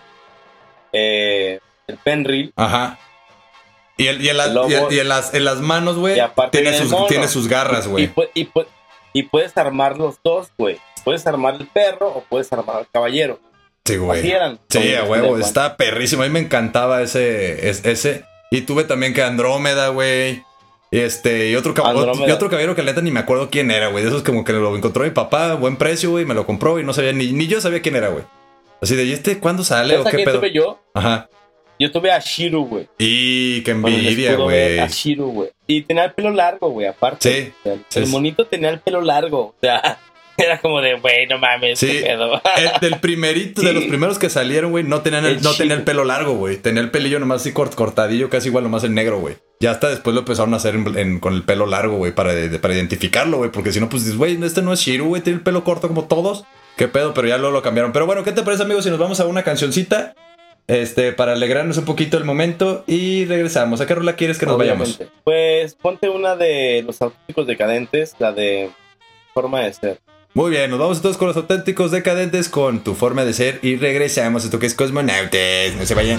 el Penril. Ajá. Y en las manos, güey, tiene sus garras, güey. Y puedes armar los dos, güey. Puedes armar el perro o puedes armar al caballero. Sí, güey. Así eran. Sí, a huevo. Está perrísimo. A mí me encantaba ese. Y tuve también que Andrómeda, güey. Y otro caballero que la neta ni me acuerdo quién era, güey. De esos como que lo encontró mi papá, buen precio, güey. Me lo compró y no sabía, ni yo sabía quién era, güey. Así de, ¿y cuándo sale o qué pedo? Tuve yo? Ajá. Yo tuve a Shiru, güey. Y qué envidia, güey. A Shiru, güey. Y tenía el pelo largo, güey, aparte. Sí. O sea, el monito tenía el pelo largo. O sea, era como de, güey, no mames, sí. qué pedo. Del primerito, sí. De los primeros que salieron, güey, no tenía el pelo largo, güey. Tenía el pelillo nomás así cortadillo, casi igual nomás en negro, güey. Ya hasta después lo empezaron a hacer con el pelo largo, güey, para identificarlo, güey. Porque si no, pues dices, güey, este no es Shiru, güey, tiene el pelo corto como todos. Qué pedo, pero ya lo cambiaron. Pero bueno, ¿qué te parece, amigos, si nos vamos a una cancioncita? Para alegrarnos un poquito el momento y regresamos. ¿A qué rola quieres que nos vayamos? Pues ponte una de Los Auténticos Decadentes, la de Forma de Ser. Muy bien, nos vamos entonces con Los Auténticos Decadentes con Tu Forma de Ser y regresamos. Esto que es Cosmonautas, no se vayan.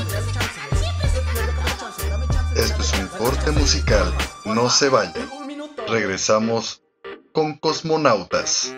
Esto es un corte musical, no se vayan. Regresamos con Cosmonautas.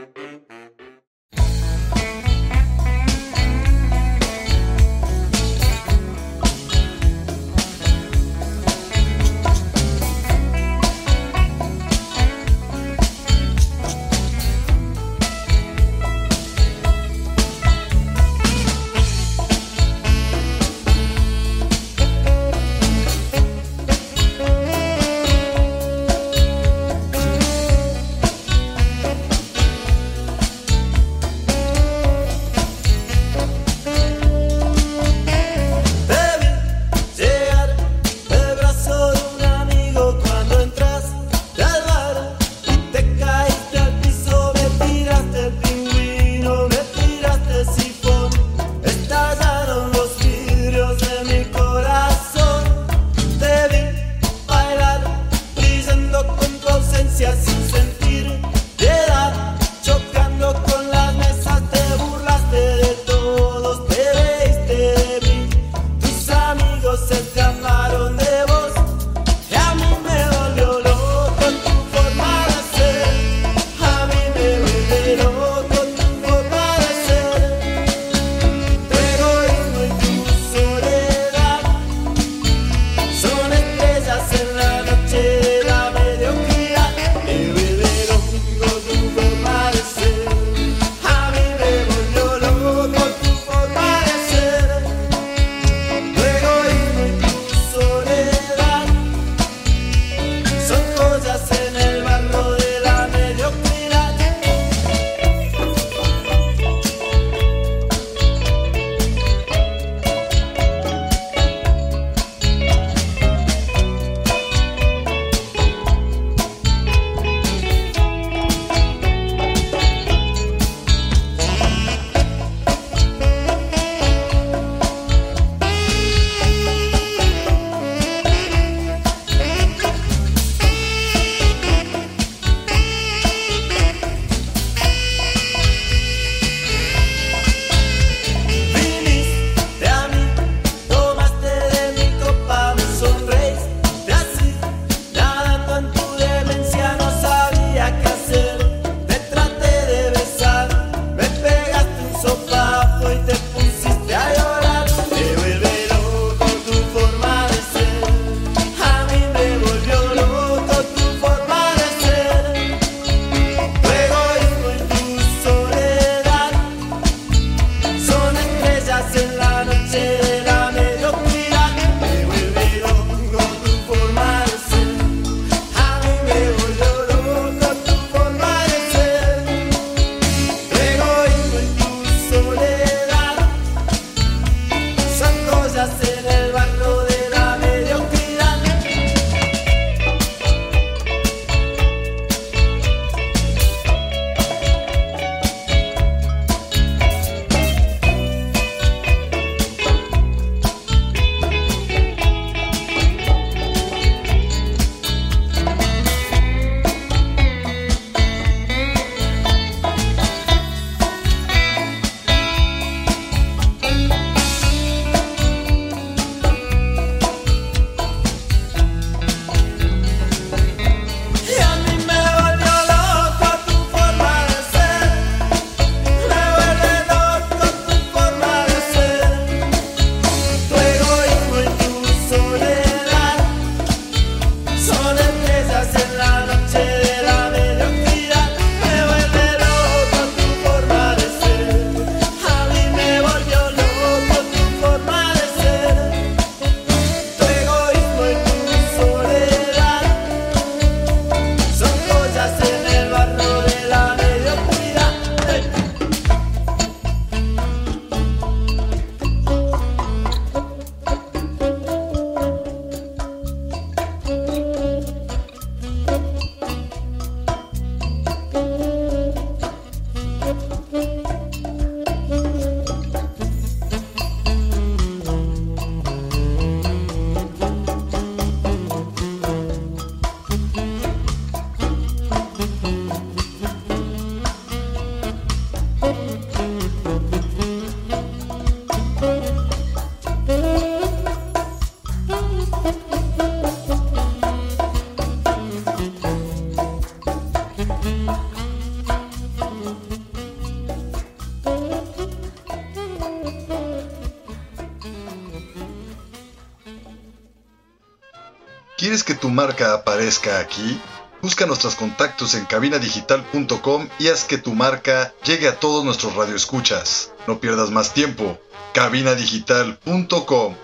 ¿Quieres que tu marca aparezca aquí? Busca nuestros contactos en cabinadigital.com y haz que tu marca llegue a todos nuestros radioescuchas. No pierdas más tiempo. cabinadigital.com.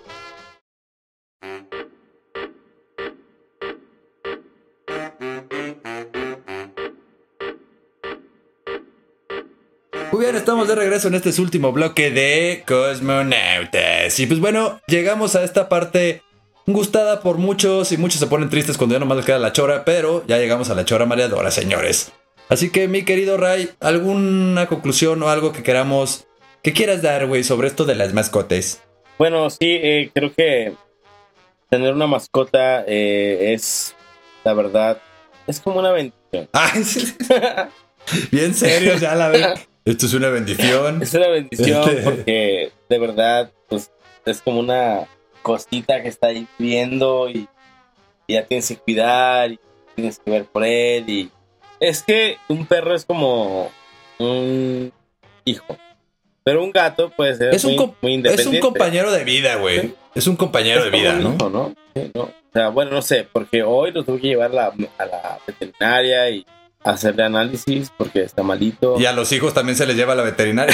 Muy bien, estamos de regreso en este último bloque de Cosmonautas. Y pues bueno, llegamos a esta parte gustada por muchos y muchos se ponen tristes cuando ya nomás les queda la chora, pero ya llegamos a la chora mareadora, señores. Así que mi querido Ray, ¿alguna conclusión o algo que quieras dar, güey, sobre esto de las mascotas? Bueno, sí, creo que tener una mascota es, la verdad, es como una bendición. Ay, sí. Bien serio, ya la veo. Esto es una bendición. Es una bendición porque de verdad, pues, es como una cosita que está ahí viviendo y ya tienes que cuidar y tienes que ver por él. Y es que un perro es como un hijo, pero un gato puede ser muy independiente. Es un compañero de vida, güey. ¿Sí? Es un compañero de vida, ¿no? Hijo, ¿no? Sí, ¿no? O sea, bueno, no sé, porque hoy lo tuve que llevar a la veterinaria y hacerle análisis porque está malito. Y a los hijos también se les lleva a la veterinaria.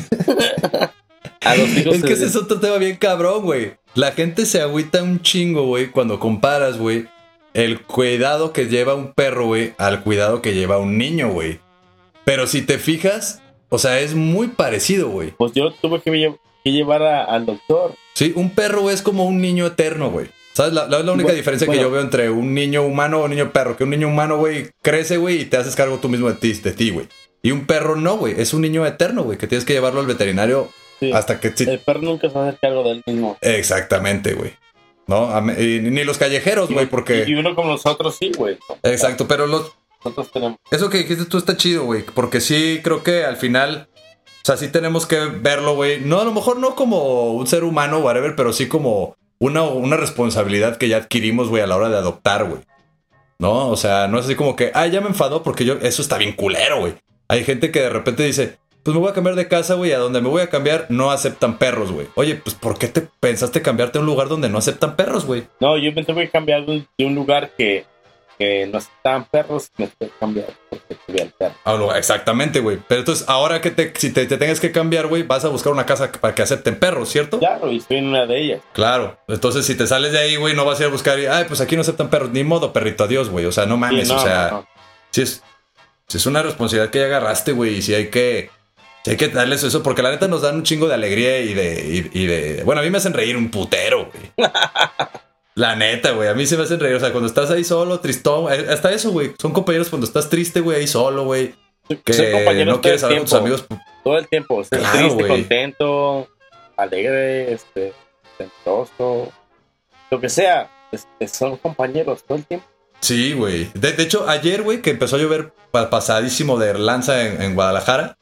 A los hijos es que ese es otro tema bien cabrón, güey. La gente se agüita un chingo, güey, cuando comparas, güey, el cuidado que lleva un perro, güey, al cuidado que lleva un niño, güey. Pero si te fijas, o sea, es muy parecido, güey. Pues yo tuve que llevar al doctor. Sí, un perro es como un niño eterno, güey. ¿Sabes? La única diferencia que yo veo entre un niño humano o un niño perro. Que un niño humano, güey, crece, güey, y te haces cargo tú mismo de ti, güey. Y un perro no, güey. Es un niño eterno, güey, que tienes que llevarlo al veterinario hasta que... El perro nunca se va a hacer cargo del mismo. Exactamente, güey. ¿No? Y ni los callejeros, güey, porque... Y uno como nosotros sí, güey. Exacto, pero nosotros tenemos... Eso que dijiste tú está chido, güey. Porque sí, creo que al final... O sea, sí tenemos que verlo, güey. No, a lo mejor no como un ser humano, whatever, pero sí como... Una responsabilidad que ya adquirimos, güey, a la hora de adoptar, güey. ¿No? O sea, no es así como que, ya me enfadó porque eso está bien culero, güey. Hay gente que de repente dice, pues me voy a cambiar de casa, güey, a donde me voy a cambiar no aceptan perros, güey. Oye, pues ¿por qué te pensaste cambiarte a un lugar donde no aceptan perros, güey? No, yo me tuve que cambiar de un lugar que no aceptaban perros, me tuve que cambiar porque tuve al perro. Exactamente, güey. Pero entonces, ahora que si te tengas que cambiar, güey, vas a buscar una casa para que acepten perros, ¿cierto? Claro, y estoy en una de ellas. Claro. Entonces, si te sales de ahí, güey, no vas a ir a buscar pues aquí no aceptan perros. Ni modo, perrito, adiós, güey. O sea, no mames, sí, no. Sí es una responsabilidad que ya agarraste, güey, y sí hay que darles eso, porque la neta nos dan un chingo de alegría y de... Bueno, a mí me hacen reír un putero, güey. La neta, güey, a mí se me hacen reír. O sea, cuando estás ahí solo, tristón, hasta eso, güey. Son compañeros cuando estás triste, güey, ahí solo, güey. Que no quieres hablar con tus amigos. Todo el tiempo, claro, triste, güey. Contento, alegre, tentoso, lo que sea. Son compañeros todo el tiempo. Sí, güey. De hecho, ayer, güey, que empezó a llover pasadísimo de lanza en Guadalajara,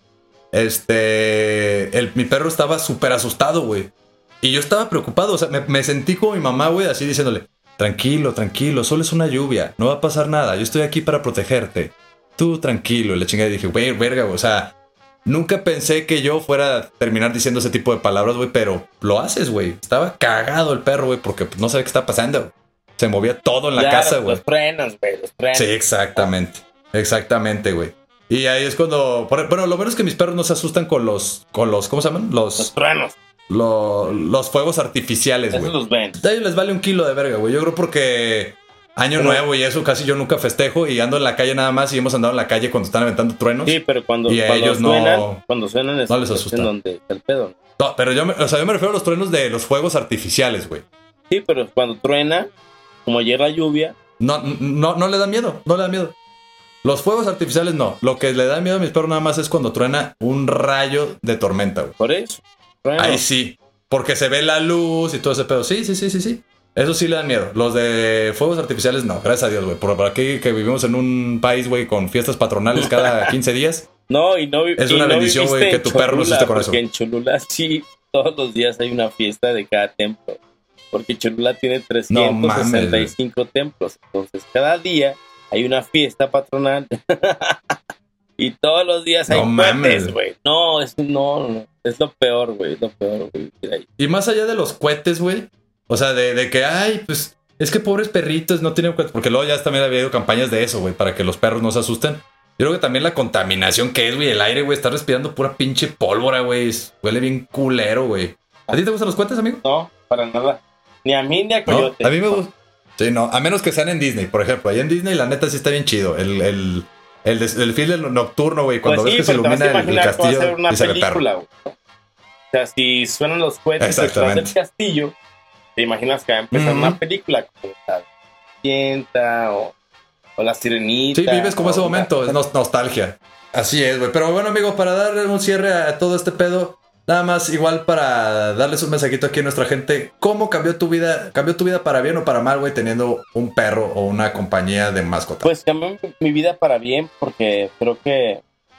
mi perro estaba súper asustado, güey. Y yo estaba preocupado, o sea, me sentí como mi mamá, güey, así diciéndole, tranquilo, solo es una lluvia, no va a pasar nada, yo estoy aquí para protegerte. Tú tranquilo, y le chingada y dije, güey, verga, güey, o sea, nunca pensé que yo fuera a terminar diciendo ese tipo de palabras, güey, pero lo haces, güey. Estaba cagado el perro, güey, porque no sabía qué estaba pasando. Se movía todo en la casa, güey. Los frenos, güey, los frenos. Sí, exactamente, güey. Y ahí es cuando, bueno, lo menos es que mis perros no se asustan con los ¿cómo se llaman? Los frenos. Los fuegos artificiales, güey. Esos los ven. A ellos les vale un kilo de verga, güey. Yo creo porque Año Nuevo y eso casi yo nunca festejo y ando en la calle nada más y hemos andado en la calle cuando están aventando truenos. Sí, pero cuando ellos suenan es no les asusta. en donde está el pedo. No, pero yo me refiero a los truenos de los fuegos artificiales, güey. Sí, pero cuando truena, como ayer la lluvia. No le da miedo, no le da miedo. Los fuegos artificiales no. Lo que le da miedo a mis perros nada más es cuando truena un rayo de tormenta, güey. Por eso. Bueno. Ahí sí. Porque se ve la luz y todo ese pedo. Sí. Eso sí le dan miedo. Los de fuegos artificiales no. Gracias a Dios, güey. Por aquí que vivimos en un país, güey, con fiestas patronales cada 15 días. No, es una bendición, güey, que tu perro no se esté con eso. Porque en Cholula sí, todos los días hay una fiesta de cada templo. Porque Cholula tiene 365 templos. Entonces, cada día hay una fiesta patronal. Y todos los días hay cohetes, güey. No, es lo peor, güey. Es lo peor, güey. Y más allá de los cohetes, güey. O sea, de que, pues, es que pobres perritos no tienen cuenta. Porque luego ya también había habido campañas de eso, güey, para que los perros no se asusten. Yo creo que también la contaminación que es, güey, el aire, güey, está respirando pura pinche pólvora, güey. Huele bien culero, güey. ¿A ti te gustan los cohetes, amigo? No, para nada. Ni a mí ni a Coyote. No, a mí me gusta. Sí, no, a menos que sean en Disney, por ejemplo. Ahí en Disney, la neta, sí está bien chido. El desfile nocturno, güey, cuando Pues sí, ves que se ilumina el castillo va a ser una y se ve perro. película, güey. O sea, si suenan los cohetes detrás del castillo, te imaginas que va a empezar una película como La Sienta o La Sirenita. Sí, vives como ese momento, es nostalgia. Así es, güey. Pero bueno, amigo, para darle un cierre a todo este pedo, nada más igual para darles un mensajito aquí a nuestra gente. ¿Cómo cambió tu vida? ¿Cambió tu vida para bien o para mal, güey, teniendo un perro o una compañía de mascota? Pues cambió mi vida para bien porque creo que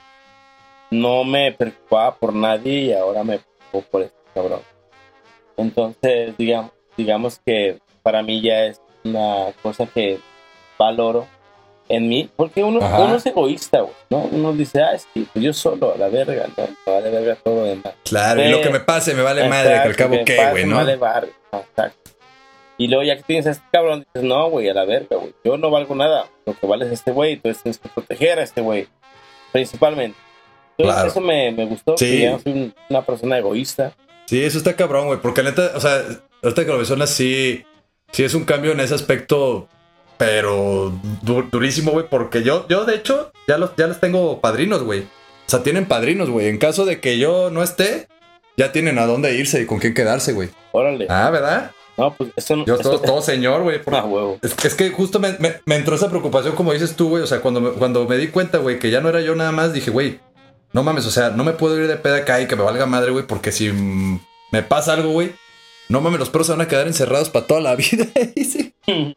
no me preocupaba por nadie y ahora me preocupo por este cabrón. Entonces, digamos que para mí ya es una cosa que valoro en mí, porque uno es egoísta, güey, ¿no? Uno dice, sí, pues yo solo, a la verga, ¿no? Me vale verga todo lo demás. Claro, y lo que me pase me vale madre, que al cabo qué, güey, ¿no? Me vale verga, exacto. Y luego ya que tienes a este cabrón, dices, no, güey, a la verga, güey, yo no valgo nada, lo que vale es este güey, entonces tienes que proteger a este güey, principalmente. Entonces claro. Eso me gustó, sí. Que ya no soy una persona egoísta. Sí, eso está cabrón, güey, porque neta, o sea, ahorita que lo mencionas, sí es un cambio en ese aspecto, pero durísimo, güey, porque yo de hecho ya les tengo padrinos, güey. O sea, tienen padrinos, güey. En caso de que yo no esté, ya tienen a dónde irse y con quién quedarse, güey. Órale. Ah, ¿verdad? No, pues eso no. Yo todo señor, güey. Huevo. Es que justo me entró esa preocupación, como dices tú, güey. O sea, cuando me di cuenta, güey, que ya no era yo nada más, dije, güey, no mames, o sea, no me puedo ir de peda acá y que me valga madre, güey, porque si me pasa algo, güey, no mames, los perros se van a quedar encerrados para toda la vida. Sí.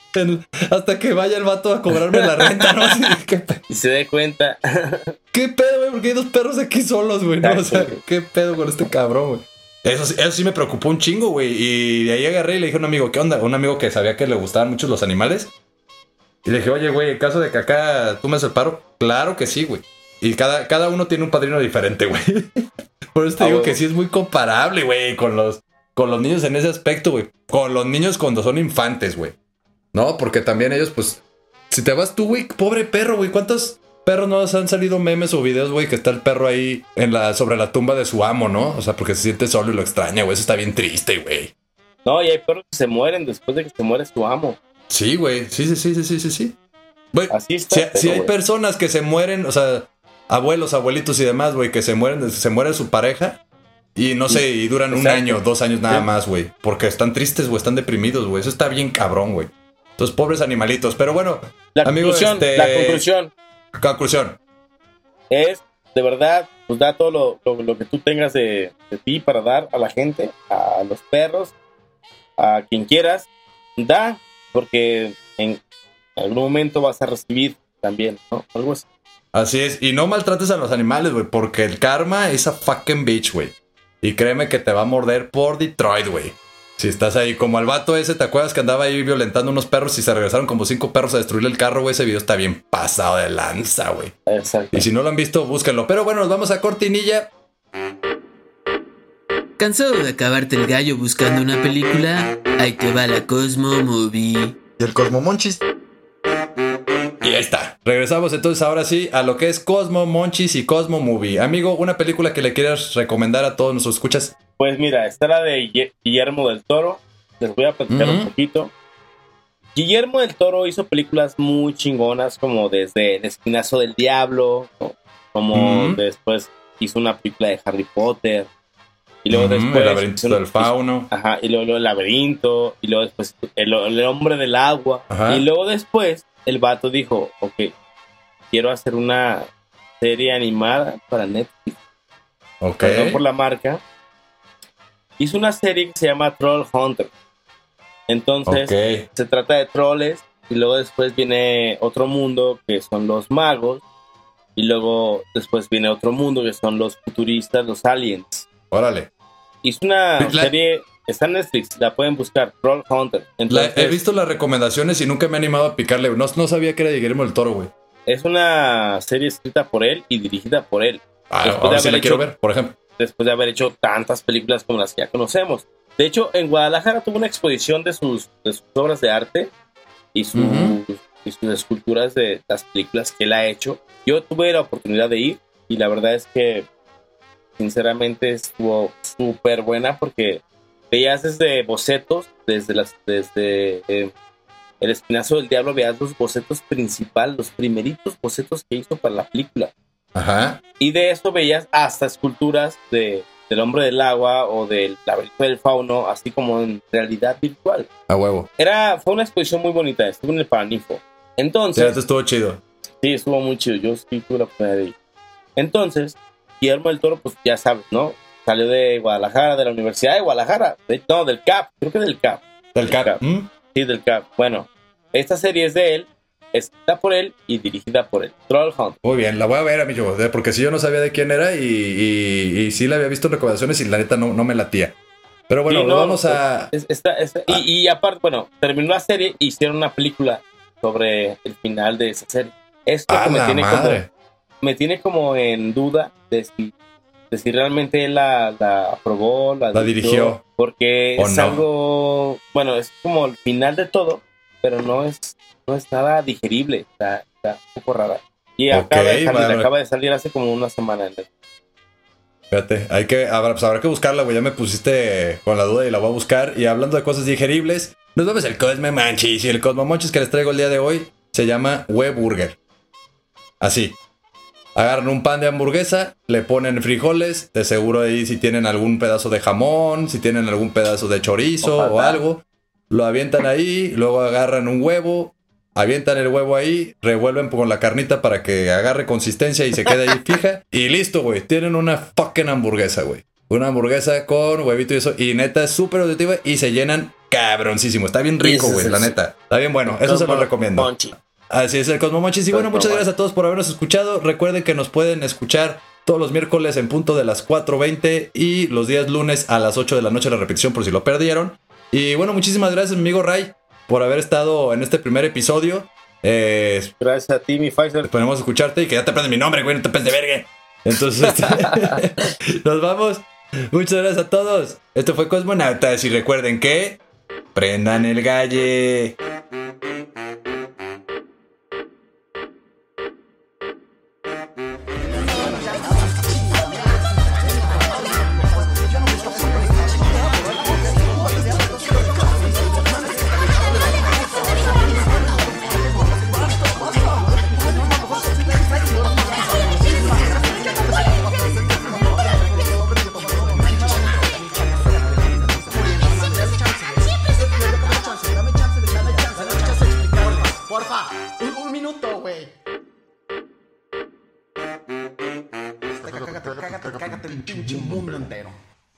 Hasta que vaya el vato a cobrarme la renta, ¿no? Así, y se dé cuenta. ¿Qué pedo, güey? Porque hay dos perros aquí solos, güey, ¿no? O sea, ¿qué pedo con este cabrón, güey? Eso sí me preocupó un chingo, güey. Y de ahí agarré y le dije a un amigo, ¿qué onda? Un amigo que sabía que le gustaban mucho los animales. Y le dije, oye, güey, en caso de que acá tú me haces el paro, claro que sí, güey. Y cada uno tiene un padrino diferente, güey. Por eso te digo que sí es muy comparable, güey, con los niños en ese aspecto, güey. Con los niños cuando son infantes, güey. No, porque también ellos, pues, si te vas tú, güey, pobre perro, güey. ¿Cuántos perros no han salido memes o videos, güey, que está el perro ahí sobre la tumba de su amo, ¿no? O sea, porque se siente solo y lo extraña, güey. Eso está bien triste, güey. No, y hay perros que se mueren después de que se muere su amo. Sí, güey. Sí. Güey, así está. Si hay personas que se mueren, o sea, abuelos, abuelitos y demás, güey, que se muere su pareja y no sé, y duran un año, 2 años nada más, güey. Porque están tristes, güey, están deprimidos, güey. Eso está bien cabrón, güey. Entonces, pobres animalitos. Pero bueno, amigos, la conclusión es, de verdad, pues da todo lo que tú tengas de ti para dar a la gente, a los perros, a quien quieras. Da, porque en algún momento vas a recibir también, ¿no? Algo así. Así es, y no maltrates a los animales, güey, porque el karma es a fucking bitch, güey. Y créeme que te va a morder por Detroit, güey. Si estás ahí, como al vato ese, ¿te acuerdas que andaba ahí violentando unos perros y se regresaron como 5 perros a destruirle el carro, güey? Ese video está bien pasado de lanza, güey. Exacto. Y si no lo han visto, búsquenlo. Pero bueno, nos vamos a cortinilla. ¿Cansado de acabarte el gallo buscando una película? Ahí te va la Cosmo Movie. ¿Y el Cosmo Monchis? Y ya está. Regresamos entonces ahora sí a lo que es Cosmo Monchis y Cosmo Movie. Amigo, una película que le quieras recomendar a todos nuestros escuchas. Pues mira, está la de Guillermo del Toro. Les voy a platicar un poquito. Guillermo del Toro hizo películas muy chingonas, como desde El Espinazo del Diablo, ¿no? Como después hizo una película de Harry Potter. Y luego después El laberinto del fauno. Ajá, y luego El laberinto. Y luego después El hombre del agua. Ajá. Y luego después el vato dijo, ok, quiero hacer una serie animada para Netflix. Ok. Perdón por la marca. Hizo una serie que se llama Troll Hunter. Entonces, se trata de troles. Y luego después viene otro mundo que son los magos. Y luego después viene otro mundo que son los futuristas, los aliens. Órale. Hizo una serie, está en Netflix, la pueden buscar, Troll Hunter. Entonces, he visto las recomendaciones y nunca me he animado a picarle. No sabía que era de Guillermo del Toro, güey. Es una serie escrita por él y dirigida por él. Ahora sí la quiero ver, por ejemplo. Después de haber hecho tantas películas como las que ya conocemos. De hecho, en Guadalajara tuvo una exposición de sus obras de arte y sus esculturas de las películas que él ha hecho. Yo tuve la oportunidad de ir y la verdad es que sinceramente estuvo súper buena porque veías desde bocetos, desde El Espinazo del Diablo, veías los bocetos principales, los primeritos bocetos que hizo para la película. Ajá. Y de eso veías hasta esculturas del Hombre del Agua o del Laberinto del Fauno, así como en realidad virtual. A huevo. Fue una exposición muy bonita, estuvo en el Paraninfo. Entonces, Sí, esto estuvo chido. sí, estuvo muy chido, yo sí tuve la oportunidad de ir. Entonces, Guillermo del Toro, pues ya sabes, ¿no? Salió de Guadalajara, de la Universidad de Guadalajara, del CAP, creo que del CAP. Del CAP. Sí, del CAP. Bueno, esta serie es de él, escrita por él y dirigida por él. Troll Hunt. Muy bien, la voy a ver, amigo, porque si yo no sabía de quién era y sí la había visto en recomendaciones y la neta no me latía. Pero bueno, Sí, no, vamos a... Y aparte, bueno, terminó la serie y hicieron una película sobre el final de esa serie. Esto que me tiene como en duda de si realmente él la aprobó, la dirigió. Porque es no. algo, bueno, es como el final de todo, pero no es nada digerible, está un poco rara. Y acaba de salir hace como una semana. Fíjate, habrá que buscarla, güey. Ya me pusiste con la duda y la voy a buscar. Y hablando de cosas digeribles, nos vemos el Cosmo Manchis. Y el Cosmo Manchis que les traigo el día de hoy se llama Burger. Así. Agarran un pan de hamburguesa, le ponen frijoles, de seguro ahí si tienen algún pedazo de jamón, si tienen algún pedazo de chorizo o algo. Lo avientan ahí, luego agarran un huevo, avientan el huevo ahí, revuelven con la carnita para que agarre consistencia y se quede ahí fija. Y listo, güey. Tienen una fucking hamburguesa, güey. Una hamburguesa con huevito y eso. Y neta es súper nutritiva y se llenan cabroncísimo. Está bien rico, güey, la neta. Está bien bueno. Eso se lo recomiendo. Monchi. Así es el Cosmo Monchis. Y bueno, muchas gracias a todos por habernos escuchado. Recuerden que nos pueden escuchar todos los miércoles en punto de las 4:20 y los días lunes a las 8 de la noche la repetición por si lo perdieron. Y bueno, muchísimas gracias, mi amigo Ray, por haber estado en este primer episodio. Gracias a ti, mi Pfizer. Esperemos escucharte y que ya te aprendes mi nombre, güey, no te aprendes de verga. Entonces, nos vamos. Muchas gracias a todos. Esto fue Cosmonautas y recuerden que prendan el galle. Porfa, un minuto, güey. Cágate el pinche mundo entero.